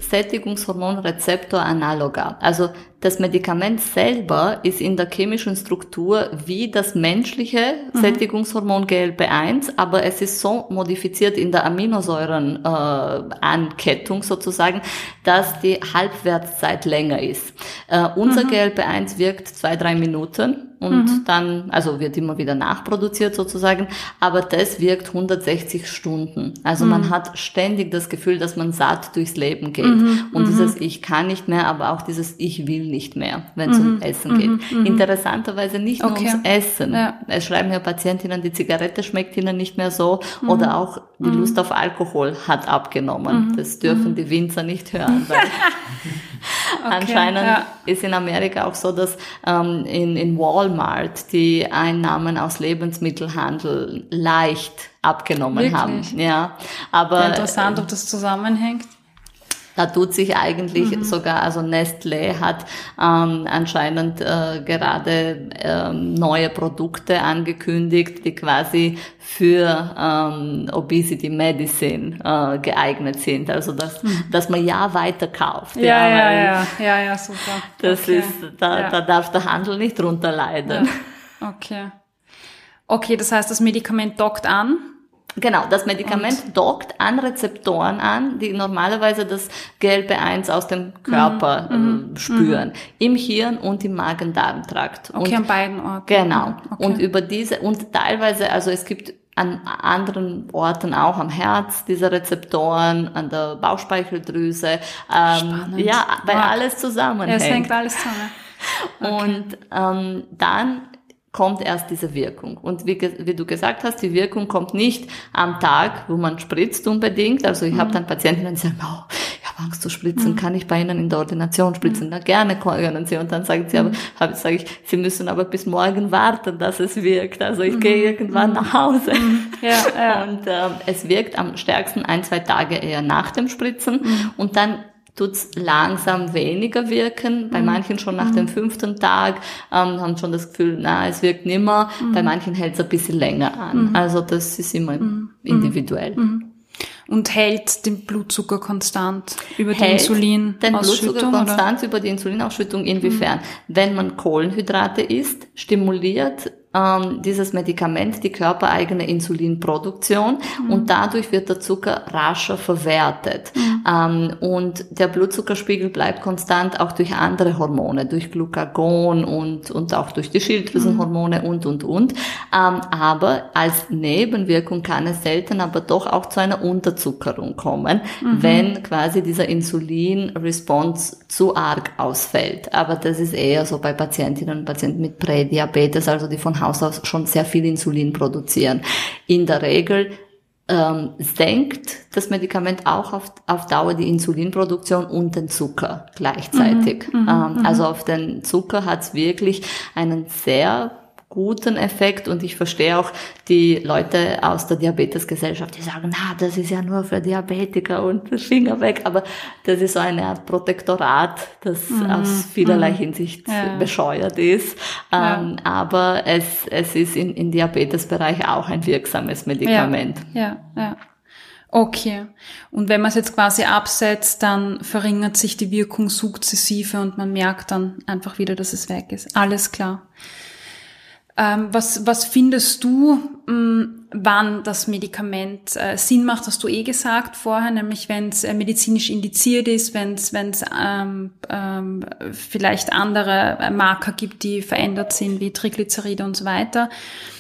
Sättigungshormonrezeptoranaloga. Also das Medikament selber ist in der chemischen Struktur wie das menschliche mhm. Sättigungshormon G L P eins, aber es ist so modifiziert in der Aminosäurenankettung äh, sozusagen, dass die Halbwertszeit länger ist. Äh, unser mhm. G L P eins wirkt zwei, drei Minuten und mhm. dann, also wird immer wieder nachproduziert sozusagen, aber das wirkt hundertsechzig Stunden. Also mhm. man hat ständig das Gefühl, dass man satt durchs Leben geht. Mhm. Und mhm. dieses Ich kann nicht mehr, aber auch dieses Ich will nicht mehr, wenn es mhm. um Essen geht. Mhm. Interessanterweise nicht nur okay. ums Essen. Ja. Es schreiben ja Patientinnen, die Zigarette schmeckt ihnen nicht mehr so mhm. oder auch die mhm. Lust auf Alkohol hat abgenommen. Mhm. Das dürfen mhm. die Winzer nicht hören, weil okay. anscheinend ja. ist in Amerika auch so, dass ähm, in, in Walmart die Einnahmen aus Lebensmittelhandel leicht abgenommen Wirklich? haben. Ja, aber interessant, ob das zusammenhängt. Da tut sich eigentlich Mhm. sogar, also Nestlé hat ähm, anscheinend äh, gerade ähm, neue Produkte angekündigt, die quasi für ähm, Obesity Medicine äh, geeignet sind. Also dass, Mhm. dass man ja weiter kauft. Ja, ja, weil ja, ja, ja, super. Das Okay. ist, da, Ja. da darf der Handel nicht drunter leiden. Ja. Okay. Okay, das heißt, das Medikament dockt an. Genau, das Medikament Und? dockt an Rezeptoren an, die normalerweise das G L P eins aus dem Körper Mhm. äh, spüren, Mhm. im Hirn und im Magen-Darm-Trakt. Okay, und, an beiden Orten. Genau. Okay. Und über diese, und teilweise, also es gibt an anderen Orten auch am Herz diese Rezeptoren, an der Bauchspeicheldrüse. Ähm, Spannend. ja, weil Wow. alles zusammenhängt. Ja, es hängt alles zusammen. Okay. Und ähm, dann kommt erst diese Wirkung. Und wie, wie du gesagt hast, die Wirkung kommt nicht am Tag, wo man spritzt unbedingt. Also ich mhm. habe dann Patientinnen, die sagen, oh, ich habe Angst zu spritzen, mhm. kann ich bei Ihnen in der Ordination spritzen? Mhm. Na, gerne können Sie. Und dann sagen sie, mhm. aber sage ich, Sie müssen aber bis morgen warten, dass es wirkt. Also ich mhm. gehe irgendwann mhm. nach Hause. Mhm. Ja, ja. Und äh, es wirkt am stärksten ein, zwei Tage eher nach dem Spritzen. Mhm. Und dann tut's langsam weniger wirken. Bei mhm. manchen schon nach mhm. dem fünften Tag ähm, haben schon das Gefühl, na, es wirkt nimmer. Mhm. Bei manchen hält es ein bisschen länger an. Mhm. Also das ist immer mhm. individuell. Mhm. Und hält den Blutzucker konstant über die hält Insulinausschüttung? Den Blutzucker konstant oder? Über die Insulinausschüttung inwiefern? Mhm. Wenn man Kohlenhydrate isst, stimuliert ähm, dieses Medikament die körpereigene Insulinproduktion mhm. und dadurch wird der Zucker rascher verwertet. Mhm. Ähm, und der Blutzuckerspiegel bleibt konstant auch durch andere Hormone, durch Glucagon und, und auch durch die Schilddrüsenhormone mhm. und, und, und. Ähm, aber als Nebenwirkung kann es selten aber doch auch zu einer Unterzuckerung kommen, mhm. wenn quasi dieser Insulin-Response zu arg ausfällt. Aber das ist eher so bei Patientinnen und Patienten mit Prädiabetes, also die von Haus aus schon sehr viel Insulin produzieren. In der Regel ähm, senkt das Medikament auch auf, auf Dauer die Insulinproduktion und den Zucker gleichzeitig. Mhm, ähm, mhm. Also auf den Zucker hat es wirklich einen sehr guten Effekt und ich verstehe auch die Leute aus der Diabetesgesellschaft, die sagen, na, das ist ja nur für Diabetiker und Finger weg, aber das ist so eine Art Protektorat, das mm, aus vielerlei mm, Hinsicht ja. bescheuert ist, ja. ähm, aber es es ist in, im Diabetesbereich auch ein wirksames Medikament. Ja, ja, ja. Okay. Und wenn man es jetzt quasi absetzt, dann verringert sich die Wirkung sukzessive und man merkt dann einfach wieder, dass es weg ist. Alles klar. Ähm, was, was findest du, mh, wann das Medikament äh, Sinn macht, hast du eh gesagt vorher, nämlich wenn es äh, medizinisch indiziert ist, wenn es wenn es ähm, ähm, vielleicht andere Marker gibt, die verändert sind, wie Triglyceride und so weiter.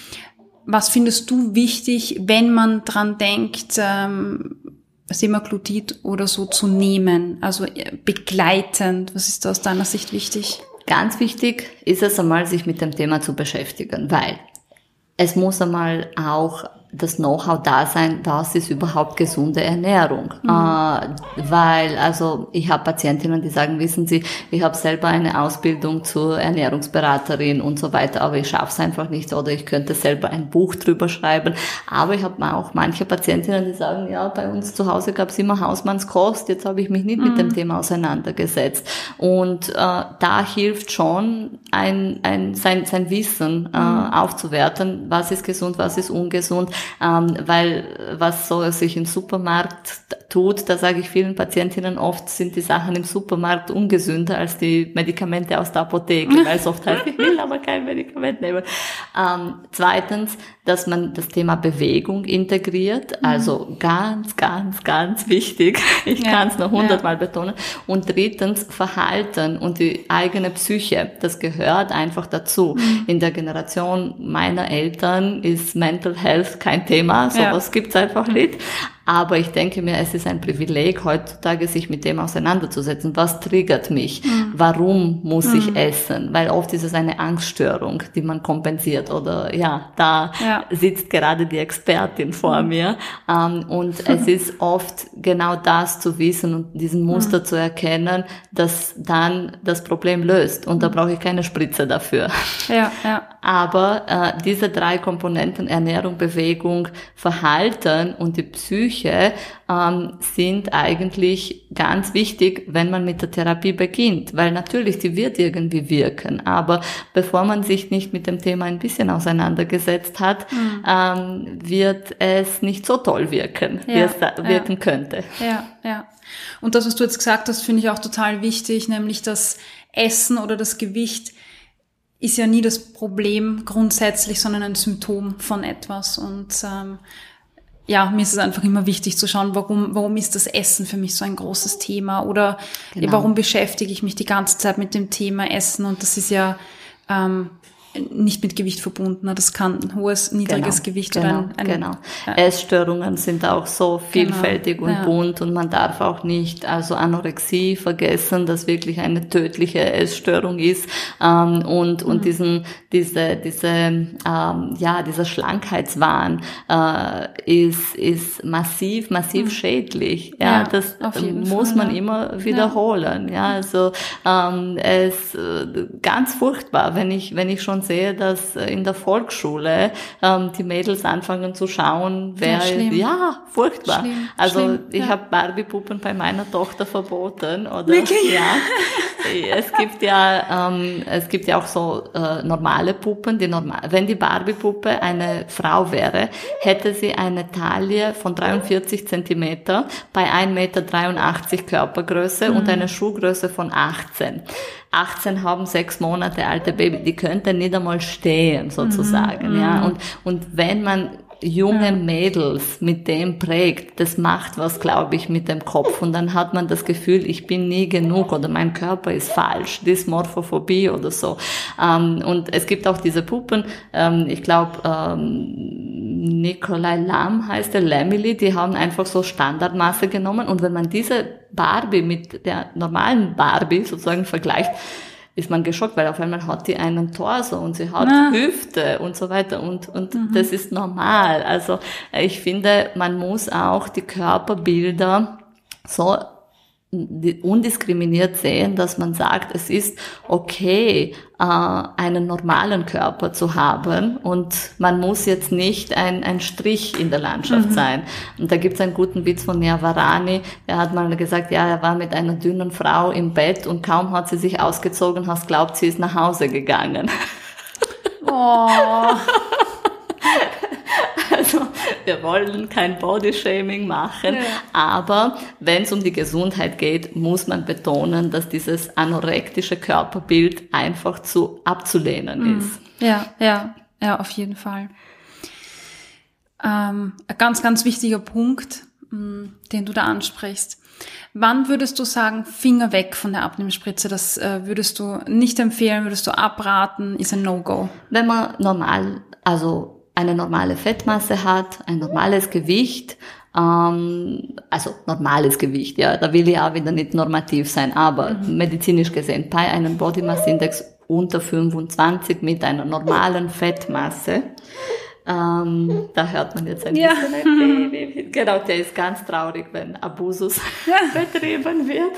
Was findest du wichtig, wenn man dran denkt, ähm, Semaglutid oder so zu nehmen, also begleitend? Was ist da aus deiner Sicht wichtig? Ganz wichtig ist es einmal, sich mit dem Thema zu beschäftigen, weil es muss einmal auch das Know-how da sein, was ist überhaupt gesunde Ernährung. Mhm. Äh, weil, also ich habe Patientinnen, die sagen, wissen Sie, ich habe selber eine Ausbildung zur Ernährungsberaterin und so weiter, aber ich schaffe es einfach nicht oder ich könnte selber ein Buch drüber schreiben. Aber ich habe auch manche Patientinnen, die sagen, ja, bei uns zu Hause gab es immer Hausmannskost, jetzt habe ich mich nicht mhm. mit dem Thema auseinandergesetzt. Und äh, da hilft schon, ein, ein, sein, sein Wissen äh, mhm. aufzuwerten, was ist gesund, was ist ungesund. Ähm, weil was so sich im Supermarkt tut, da sage ich vielen Patientinnen, oft sind die Sachen im Supermarkt ungesünder als die Medikamente aus der Apotheke, weil es oft heißt, ich will aber kein Medikament nehmen. Ähm, zweitens, dass man das Thema Bewegung integriert, also ganz, ganz, ganz wichtig. Ich ja, kann es noch hundertmal ja. betonen. Und drittens, Verhalten und die eigene Psyche, das gehört einfach dazu. Mhm. In der Generation meiner Eltern ist Mental Health kein Thema, sowas ja. gibt's einfach nicht. Aber ich denke mir, es ist ein Privileg, heutzutage sich mit dem auseinanderzusetzen. Was triggert mich? Mhm. Warum muss mhm. ich essen? Weil oft ist es eine Angststörung, die man kompensiert. Oder ja, da ja. sitzt gerade die Expertin vor mhm. mir. Ähm, und es ist oft genau das zu wissen und diesen Muster mhm. zu erkennen, das dann das Problem löst. Und da brauche ich keine Spritze dafür. Ja, ja. Aber äh, diese drei Komponenten, Ernährung, Bewegung, Verhalten und die Psyche, Gerüche ähm, sind eigentlich ganz wichtig, wenn man mit der Therapie beginnt, weil natürlich, die wird irgendwie wirken, aber bevor man sich nicht mit dem Thema ein bisschen auseinandergesetzt hat, mhm. ähm, wird es nicht so toll wirken, ja, wie es da wirken ja. könnte. Ja, ja. Und das, was du jetzt gesagt hast, finde ich auch total wichtig, nämlich das Essen oder das Gewicht ist ja nie das Problem grundsätzlich, sondern ein Symptom von etwas. Und ähm, ja, mir ist es einfach immer wichtig zu schauen, warum warum ist das Essen für mich so ein großes Thema oder genau. warum beschäftige ich mich die ganze Zeit mit dem Thema Essen. Und das ist ja ähm, nicht mit Gewicht verbunden. Das kann ein hohes, niedriges genau, Gewicht genau, oder ein... ein genau. Äh, Essstörungen sind auch so vielfältig genau, und ja. bunt und man darf auch nicht also Anorexie vergessen, das wirklich eine tödliche Essstörung ist ähm, und und mhm. diesen diese diese ähm, ja dieser Schlankheitswahn äh, ist ist massiv massiv mhm. schädlich. Ja, ja das muss Fall, man ja. immer wiederholen. Ja, ja also ähm, es äh, ganz furchtbar, wenn ich wenn ich schon sehe, dass in der Volksschule ähm, die Mädels anfangen zu schauen, wer ja, ist, ja furchtbar. Schlimm, also schlimm, ich ja. habe Barbie-Puppen bei meiner Tochter verboten, oder? Wirklich? Ja. Es gibt ja, ähm, es gibt ja auch so äh, normale Puppen, die normal. Wenn die Barbie-Puppe eine Frau wäre, hätte sie eine Taille von dreiundvierzig Zentimeter bei ein Meter dreiundachtzig Körpergröße mhm. und eine Schuhgröße von achtzehn. achtzehn haben sechs Monate alte Baby, die könnten nicht einmal stehen, sozusagen, mhm. ja. Und, und wenn man junge ja. Mädels mit dem prägt, das macht was, glaube ich, mit dem Kopf. Und dann hat man das Gefühl, ich bin nie genug oder mein Körper ist falsch, Dysmorphophobie oder so. Ähm, und es gibt auch diese Puppen, ähm, ich glaube, ähm, Nikolai Lam heißt der, Lamily, die haben einfach so Standardmaße genommen. Und wenn man diese Barbie mit der normalen Barbie sozusagen vergleicht, ist man geschockt, weil auf einmal hat die einen Torso und sie hat ah. Hüfte und so weiter und und mhm. das ist normal. Also ich finde, man muss auch die Körperbilder so undiskriminiert sehen, dass man sagt, es ist okay, äh, einen normalen Körper zu haben und man muss jetzt nicht ein, ein Strich in der Landschaft mhm. sein. Und da gibt es einen guten Witz von Nia Varani, der hat mal gesagt, ja, er war mit einer dünnen Frau im Bett und kaum hat sie sich ausgezogen, hast glaubt, sie ist nach Hause gegangen. Oh. Also wir wollen kein Bodyshaming machen, ja. aber wenn es um die Gesundheit geht, muss man betonen, dass dieses anorektische Körperbild einfach zu abzulehnen mhm. ist. Ja, ja, ja, auf jeden Fall. Ähm, ein ganz, ganz wichtiger Punkt, mh, den du da ansprichst. Wann würdest du sagen, Finger weg von der Abnehmspritze? Das äh, würdest du nicht empfehlen, würdest du abraten, ist ein No-Go? Wenn man normal, also eine normale Fettmasse hat, ein normales Gewicht, ähm, also normales Gewicht, ja, da will ich auch wieder nicht normativ sein, aber mhm. medizinisch gesehen, bei einem Body Mass Index unter fünfundzwanzig mit einer normalen Fettmasse, ähm, da hört man jetzt ein ja. bisschen ein Baby. Genau, der ist ganz traurig, wenn Abusus betrieben wird.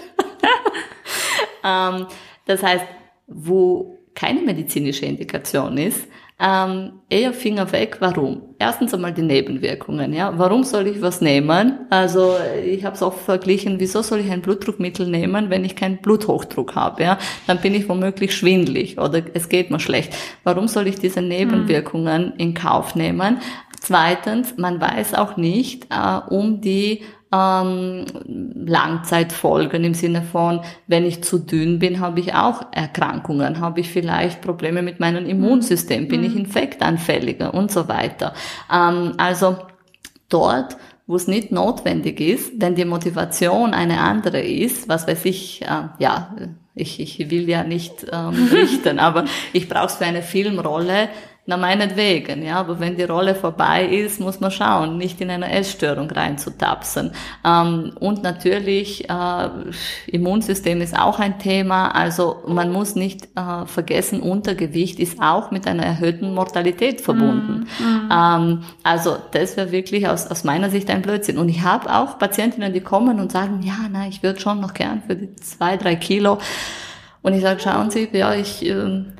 ähm, das heißt, wo keine medizinische Indikation ist, Ähm, eher Finger weg. Warum? Erstens einmal die Nebenwirkungen. Ja, warum soll ich was nehmen? Also ich habe es oft verglichen. Wieso soll ich ein Blutdruckmittel nehmen, wenn ich keinen Bluthochdruck habe? Ja, dann bin ich womöglich schwindelig oder es geht mir schlecht. Warum soll ich diese Nebenwirkungen mhm. in Kauf nehmen? Zweitens, man weiß auch nicht äh, um die Ähm, Langzeitfolgen im Sinne von, wenn ich zu dünn bin, habe ich auch Erkrankungen, habe ich vielleicht Probleme mit meinem Immunsystem, bin mhm. ich infektanfälliger und so weiter. Ähm, also dort, wo es nicht notwendig ist, wenn die Motivation eine andere ist, was weiß ich, äh, ja, ich, ich will ja nicht ähm, richten, aber ich brauche es für eine Filmrolle, na meinetwegen, ja, aber wenn die Rolle vorbei ist, muss man schauen, nicht in eine Essstörung reinzutapsen. Ähm, und natürlich, äh, Immunsystem ist auch ein Thema, also man muss nicht äh, vergessen, Untergewicht ist auch mit einer erhöhten Mortalität verbunden. Mm, mm. Ähm, also das wäre wirklich aus, aus meiner Sicht ein Blödsinn. Und ich habe auch Patientinnen, die kommen und sagen, ja, na, ich würde schon noch gern für die zwei, drei Kilo. Und ich sage, schauen Sie, ja, ich... Äh,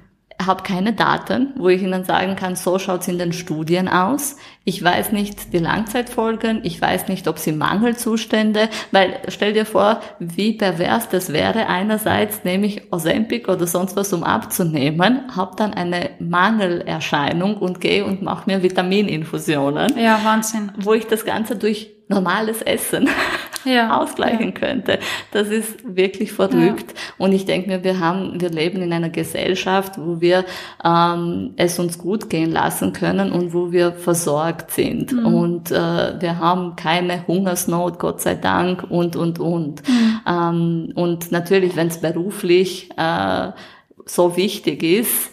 habe keine Daten, wo ich Ihnen sagen kann, so schaut's in den Studien aus. Ich weiß nicht die Langzeitfolgen, ich weiß nicht, ob sie Mangelzustände, weil stell dir vor, wie pervers das wäre. Einerseits nehme ich Ozempic oder sonst was, um abzunehmen, habe dann eine Mangelerscheinung und gehe und mache mir Vitamininfusionen. Ja, Wahnsinn. Wo ich das Ganze durch normales Essen ja, ausgleichen ja. könnte. Das ist wirklich verrückt. Ja. Und ich denke mir, wir haben, wir leben in einer Gesellschaft, wo wir ähm, es uns gut gehen lassen können und wo wir versorgt sind. Mhm. Und äh, wir haben keine Hungersnot, Gott sei Dank, und, und, und. Mhm. Ähm, und natürlich, wenn es beruflich äh, so wichtig ist,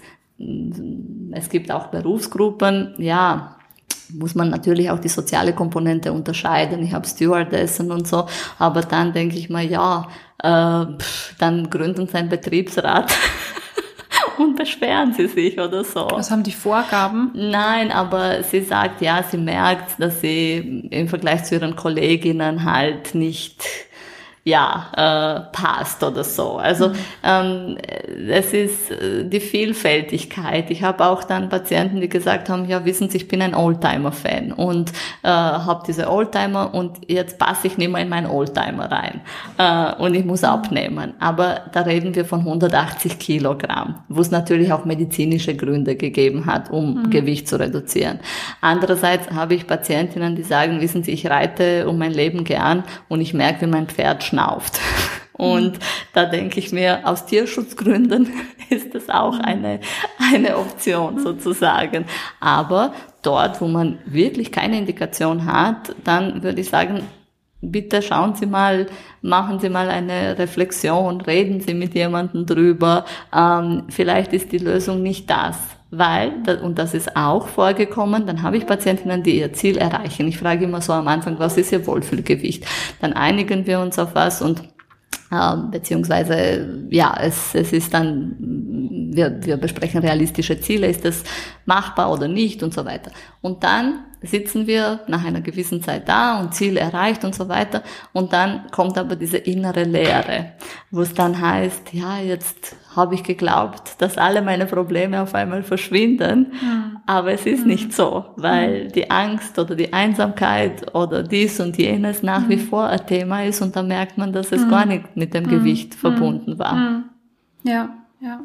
es gibt auch Berufsgruppen, ja, muss man natürlich auch die soziale Komponente unterscheiden. Ich habe Stewardessen und so, aber dann denke ich mal, ja, äh, pff, dann gründen Sie einen Betriebsrat und beschweren Sie sich oder so. Was haben die Vorgaben? Nein, aber sie sagt, ja, sie merkt, dass sie im Vergleich zu ihren Kolleginnen halt nicht ja, äh, passt oder so. Also mhm. ähm, es ist äh, die Vielfältigkeit. Ich habe auch dann Patienten, die gesagt haben, ja, wissen Sie, ich bin ein Oldtimer-Fan und äh, habe diese Oldtimer und jetzt passe ich nicht mehr in meinen Oldtimer rein äh, und ich muss abnehmen. Aber da reden wir von hundertachtzig Kilogramm, wo es natürlich auch medizinische Gründe gegeben hat, um mhm. Gewicht zu reduzieren. Andererseits habe ich Patientinnen, die sagen, wissen Sie, ich reite um mein Leben gern und ich merke, wie mein Pferd schnauft. Und mhm. da denke ich mir, aus Tierschutzgründen ist das auch eine, eine Option sozusagen. Aber dort, wo man wirklich keine Indikation hat, dann würde ich sagen, bitte schauen Sie mal, machen Sie mal eine Reflexion, reden Sie mit jemandem drüber. Ähm, vielleicht ist die Lösung nicht das. Weil, und das ist auch vorgekommen, dann habe ich Patientinnen, die ihr Ziel erreichen. Ich frage immer so am Anfang, was ist Ihr Wohlfühlgewicht? Dann einigen wir uns auf was und äh, beziehungsweise, ja, es, es ist dann, wir, wir besprechen realistische Ziele, ist das machbar oder nicht und so weiter. Und dann sitzen wir nach einer gewissen Zeit da und Ziel erreicht und so weiter. Und dann kommt aber diese innere Leere, wo es dann heißt, ja, jetzt habe ich geglaubt, dass alle meine Probleme auf einmal verschwinden. Mhm. Aber es ist mhm. nicht so, weil mhm. die Angst oder die Einsamkeit oder dies und jenes nach mhm. wie vor ein Thema ist. Und dann merkt man, dass es mhm. gar nicht mit dem mhm. Gewicht mhm. verbunden war. Mhm. Ja, ja.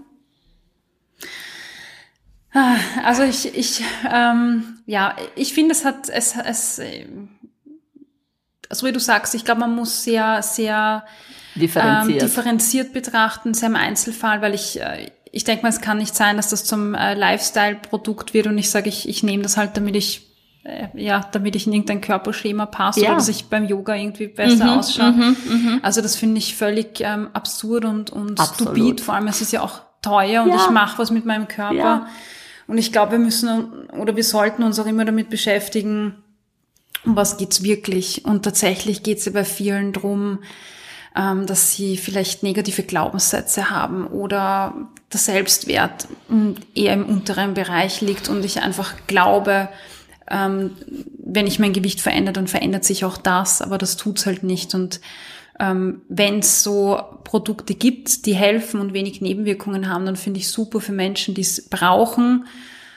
Also ich, ich, ähm, ja, ich finde, es hat, es, es, so wie du sagst, ich glaube, man muss sehr, sehr differenziert, ähm, differenziert betrachten, sehr im Einzelfall, weil ich, ich denke mal, es kann nicht sein, dass das zum äh, Lifestyle-Produkt wird und ich sage, ich, ich nehme das halt, damit ich, äh, ja, damit ich in irgendein Körperschema passe ja. oder dass ich beim Yoga irgendwie besser mhm, ausschaue. Mhm, mhm. Also das finde ich völlig ähm, absurd und, und stupid. Vor allem, es ist ja auch teuer und ja. ich mache was mit meinem Körper. Ja. Und ich glaube, wir müssen oder wir sollten uns auch immer damit beschäftigen, um was geht's wirklich. Und tatsächlich geht's ja bei vielen drum, ähm, dass sie vielleicht negative Glaubenssätze haben oder der Selbstwert eher im unteren Bereich liegt und ich einfach glaube, ähm, wenn ich mein Gewicht verändere, dann verändert sich auch das, aber das tut's halt nicht. Und Ähm, wenn es so Produkte gibt, die helfen und wenig Nebenwirkungen haben, dann finde ich super für Menschen, die es brauchen,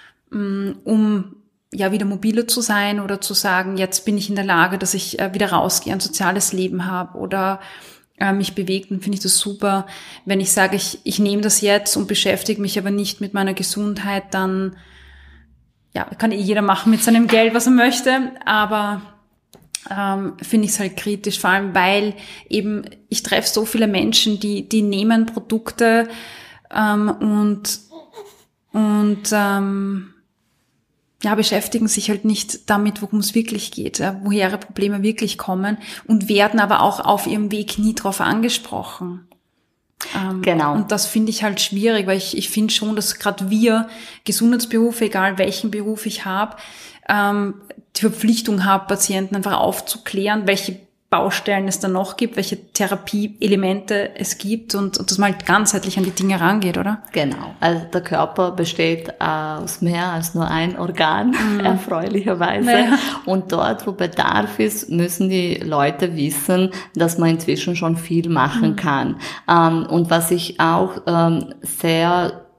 um ja wieder mobiler zu sein oder zu sagen, jetzt bin ich in der Lage, dass ich äh, wieder rausgehe, ein soziales Leben habe oder äh, mich bewegt, dann finde ich das super. Wenn ich sage, ich, ich nehme das jetzt und beschäftige mich aber nicht mit meiner Gesundheit, dann ja, kann eh jeder machen mit seinem Geld, was er möchte, aber Ähm, finde ich es halt kritisch, vor allem weil eben ich treffe so viele Menschen, die die nehmen Produkte ähm, und und ähm, ja beschäftigen sich halt nicht damit, worum es wirklich geht, ja, woher ihre Probleme wirklich kommen und werden aber auch auf ihrem Weg nie drauf angesprochen. Ähm, genau. Und das finde ich halt schwierig, weil ich ich finde schon, dass gerade wir Gesundheitsberufe, egal welchen Beruf ich habe, ähm, die Verpflichtung habe, Patienten einfach aufzuklären, welche Baustellen es da noch gibt, welche Therapieelemente es gibt und, und dass man halt ganzheitlich an die Dinge rangeht, oder? Genau. Also der Körper besteht aus mehr als nur ein Organ, mhm. erfreulicherweise. Ja. Und dort, wo Bedarf ist, müssen die Leute wissen, dass man inzwischen schon viel machen mhm. kann. Und was ich auch sehr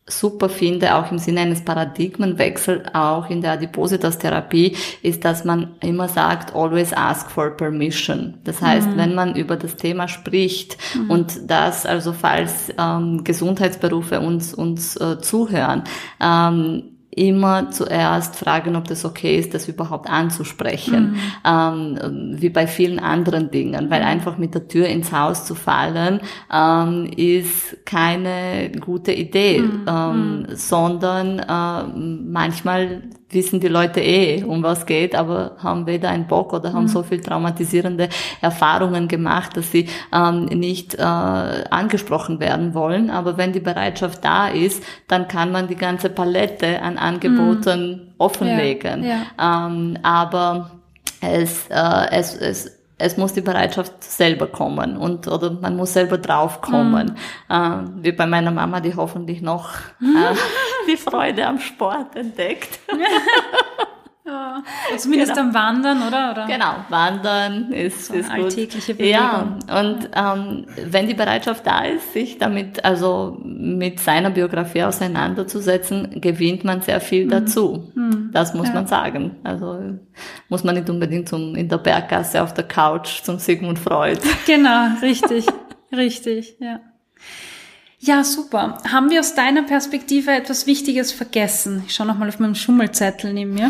super finde, auch im Sinne eines Paradigmenwechsels, auch in der Adipositas-Therapie, ist, dass man immer sagt, always ask for permission. Das heißt, mhm. wenn man über das Thema spricht mhm. und das, also falls ähm, Gesundheitsberufe uns uns äh, zuhören, ähm, immer zuerst fragen, ob das okay ist, das überhaupt anzusprechen, mhm. ähm, wie bei vielen anderen Dingen, weil einfach mit der Tür ins Haus zu fallen, ähm, ist keine gute Idee, mhm. ähm, sondern äh, manchmal wissen die Leute eh, um was geht, aber haben weder einen Bock oder haben mhm. so viel traumatisierende Erfahrungen gemacht, dass sie ähm, nicht äh, angesprochen werden wollen. Aber wenn die Bereitschaft da ist, dann kann man die ganze Palette an Angeboten mhm. offenlegen. Ja, ja. Ähm, aber es, äh, es, es Es muss die Bereitschaft selber kommen und oder man muss selber drauf kommen. Mm. Äh, wie bei meiner Mama, die hoffentlich noch äh, die Freude am Sport entdeckt. Ja, zumindest genau. am Wandern, oder? oder? Genau, Wandern ist, so ist eine gut. Alltägliche Bewegung. Ja, und ähm, wenn die Bereitschaft da ist, sich damit, also mit seiner Biografie auseinanderzusetzen, gewinnt man sehr viel mhm. dazu. Mhm. Das muss ja. man sagen. Also muss man nicht unbedingt zum in der Berggasse auf der Couch zum Sigmund Freud. Genau, richtig, richtig, ja. Ja, super. Haben wir aus deiner Perspektive etwas Wichtiges vergessen? Ich schaue nochmal auf meinen Schummelzettel neben mir.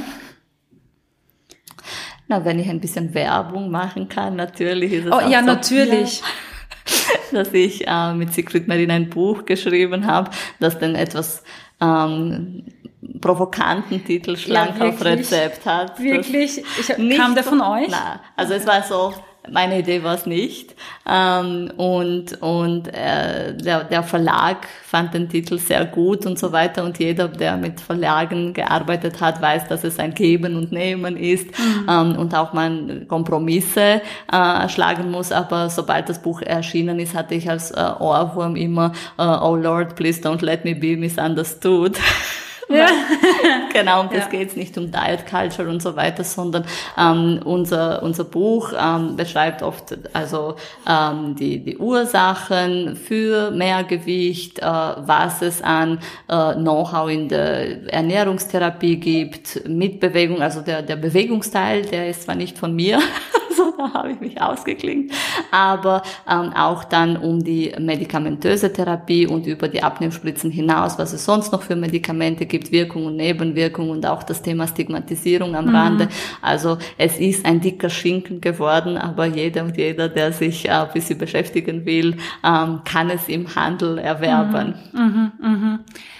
Na, wenn ich ein bisschen Werbung machen kann, natürlich ist es oh, auch ja, so, natürlich. Ja, dass ich äh, mit Sigrid Marin ein Buch geschrieben habe, das den etwas ähm, provokanten Titel Schlank ja, auf Rezept hat. Wirklich? Ich, kam der von euch? Nein, also es war so, meine Idee war es nicht. Ähm, und und äh, der, der Verlag fand den Titel sehr gut und so weiter. Und jeder, der mit Verlagen gearbeitet hat, weiß, dass es ein Geben und Nehmen ist mhm. ähm, und auch man Kompromisse äh, schlagen muss. Aber sobald das Buch erschienen ist, hatte ich als äh, Ohrwurm immer äh, Oh Lord, please don't let me be misunderstood. Ja. Genau, um das ja. geht's nicht um Diet Culture und so weiter, sondern ähm, unser unser Buch ähm, beschreibt oft also ähm, die die Ursachen für Mehrgewicht, äh, was es an äh, Know-how in der Ernährungstherapie gibt, mit Bewegung, also der der Bewegungsteil, der ist zwar nicht von mir, so da habe ich mich ausgeklinkt, aber ähm, auch dann um die medikamentöse Therapie und über die Abnehmspritzen hinaus, was es sonst noch für Medikamente gibt, Wirkung und Nebenwirkung und auch das Thema Stigmatisierung am mhm. Rande. Also es ist ein dicker Schinken geworden, aber jeder und jeder, der sich äh, ein bisschen beschäftigen will, ähm, kann es im Handel erwerben. Mhm. Mhm. Mhm.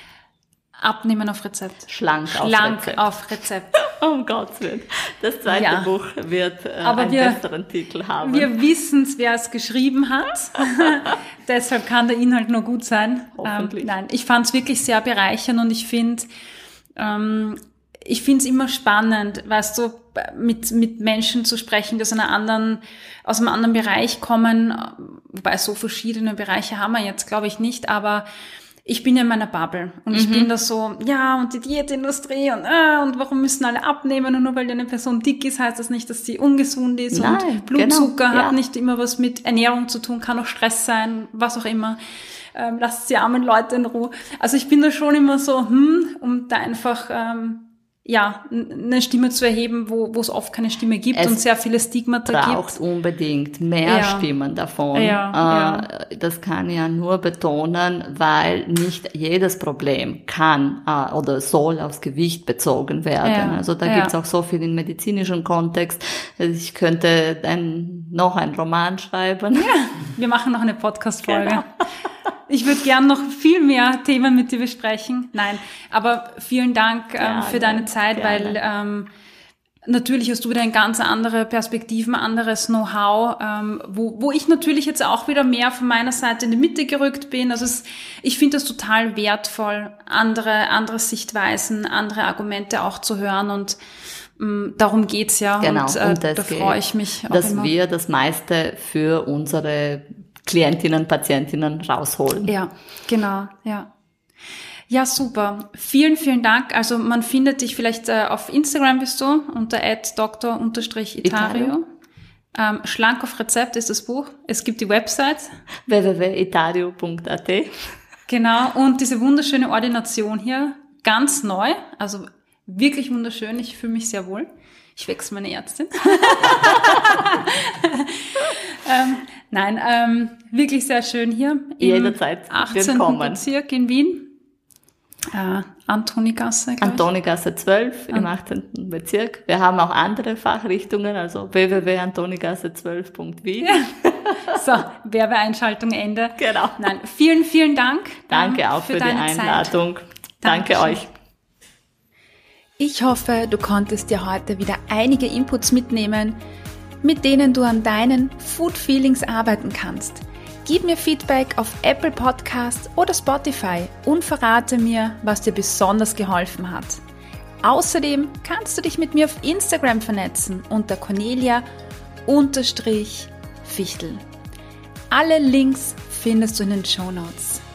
Abnehmen auf Rezept. Schlank, Schlank auf Rezept. auf Rezept. Um Gottes Willen. Das zweite ja. Buch wird äh, Aber einen wir, besseren Titel haben. Wir wissen, wer es geschrieben hat. Deshalb kann der Inhalt nur gut sein. Hoffentlich. Ähm, nein, ich fand es wirklich sehr bereichernd und ich finde, ähm, ich finde es immer spannend, weißt du, mit mit Menschen zu sprechen, die aus einer anderen, aus einem anderen Bereich kommen. Wobei so verschiedene Bereiche haben wir jetzt, glaube ich, nicht, aber ich bin ja in meiner Bubble und mhm. ich bin da so, ja, und die Diätindustrie und äh, und warum müssen alle abnehmen und nur weil eine Person dick ist, heißt das nicht, dass sie ungesund ist. Nein, und Blutzucker genau, hat ja. nicht immer was mit Ernährung zu tun, kann auch Stress sein, was auch immer. Ähm, lasst die armen Leute in Ruhe. Also ich bin da schon immer so, hm, um da einfach ähm, ja, eine Stimme zu erheben, wo wo es oft keine Stimme gibt es und sehr viele Stigmata gibt. Es braucht unbedingt mehr ja. Stimmen davon. Ja, äh, ja. Das kann ich ja nur betonen, weil nicht jedes Problem kann äh, oder soll aufs Gewicht bezogen werden. Ja, also da ja. gibt's auch so viel im medizinischen Kontext. Ich könnte ein, noch einen Roman schreiben. Ja, wir machen noch eine Podcast-Folge. Genau. Ich würde gern noch viel mehr Themen mit dir besprechen. Nein, aber vielen Dank ähm, ja, für deine Zeit, gerne. weil ähm, natürlich hast du wieder eine ganz andere Perspektiven, anderes Know-how, ähm, wo, wo ich natürlich jetzt auch wieder mehr von meiner Seite in die Mitte gerückt bin. Also es, ich finde das total wertvoll, andere, andere Sichtweisen, andere Argumente auch zu hören und ähm, darum geht's ja. Genau, und, äh, und da freue ich mich auch dass immer. wir das meiste für unsere Klientinnen, Patientinnen rausholen. Ja, genau, ja. Ja, super. Vielen, vielen Dank. Also man findet dich vielleicht äh, auf Instagram bist du unter at doktor itario. Ähm, Schlank auf Rezept ist das Buch. Es gibt die Website. w w w punkt itario punkt a t. Genau, und diese wunderschöne Ordination hier, ganz neu, also wirklich wunderschön, ich fühle mich sehr wohl. Ich wechsle meine Ärztin. ähm, nein, ähm, wirklich sehr schön hier. Jederzeit achtzehnten Bezirk in Wien. Äh, Antonigasse, Antonigasse zwölf im achtzehnten Bezirk. Wir haben auch andere Fachrichtungen, also w w w punkt antonigasse zwölf punkt wien. So, Werbeeinschaltung Ende. Genau. Nein, vielen, vielen Dank. Danke auch für, für die Einladung. Zeit. Danke Dankeschön. euch. Ich hoffe, du konntest dir heute wieder einige Inputs mitnehmen, mit denen du an deinen Food Feelings arbeiten kannst. Gib mir Feedback auf Apple Podcasts oder Spotify und verrate mir, was dir besonders geholfen hat. Außerdem kannst du dich mit mir auf Instagram vernetzen unter Cornelia-Fichtel. Alle Links findest du in den Shownotes.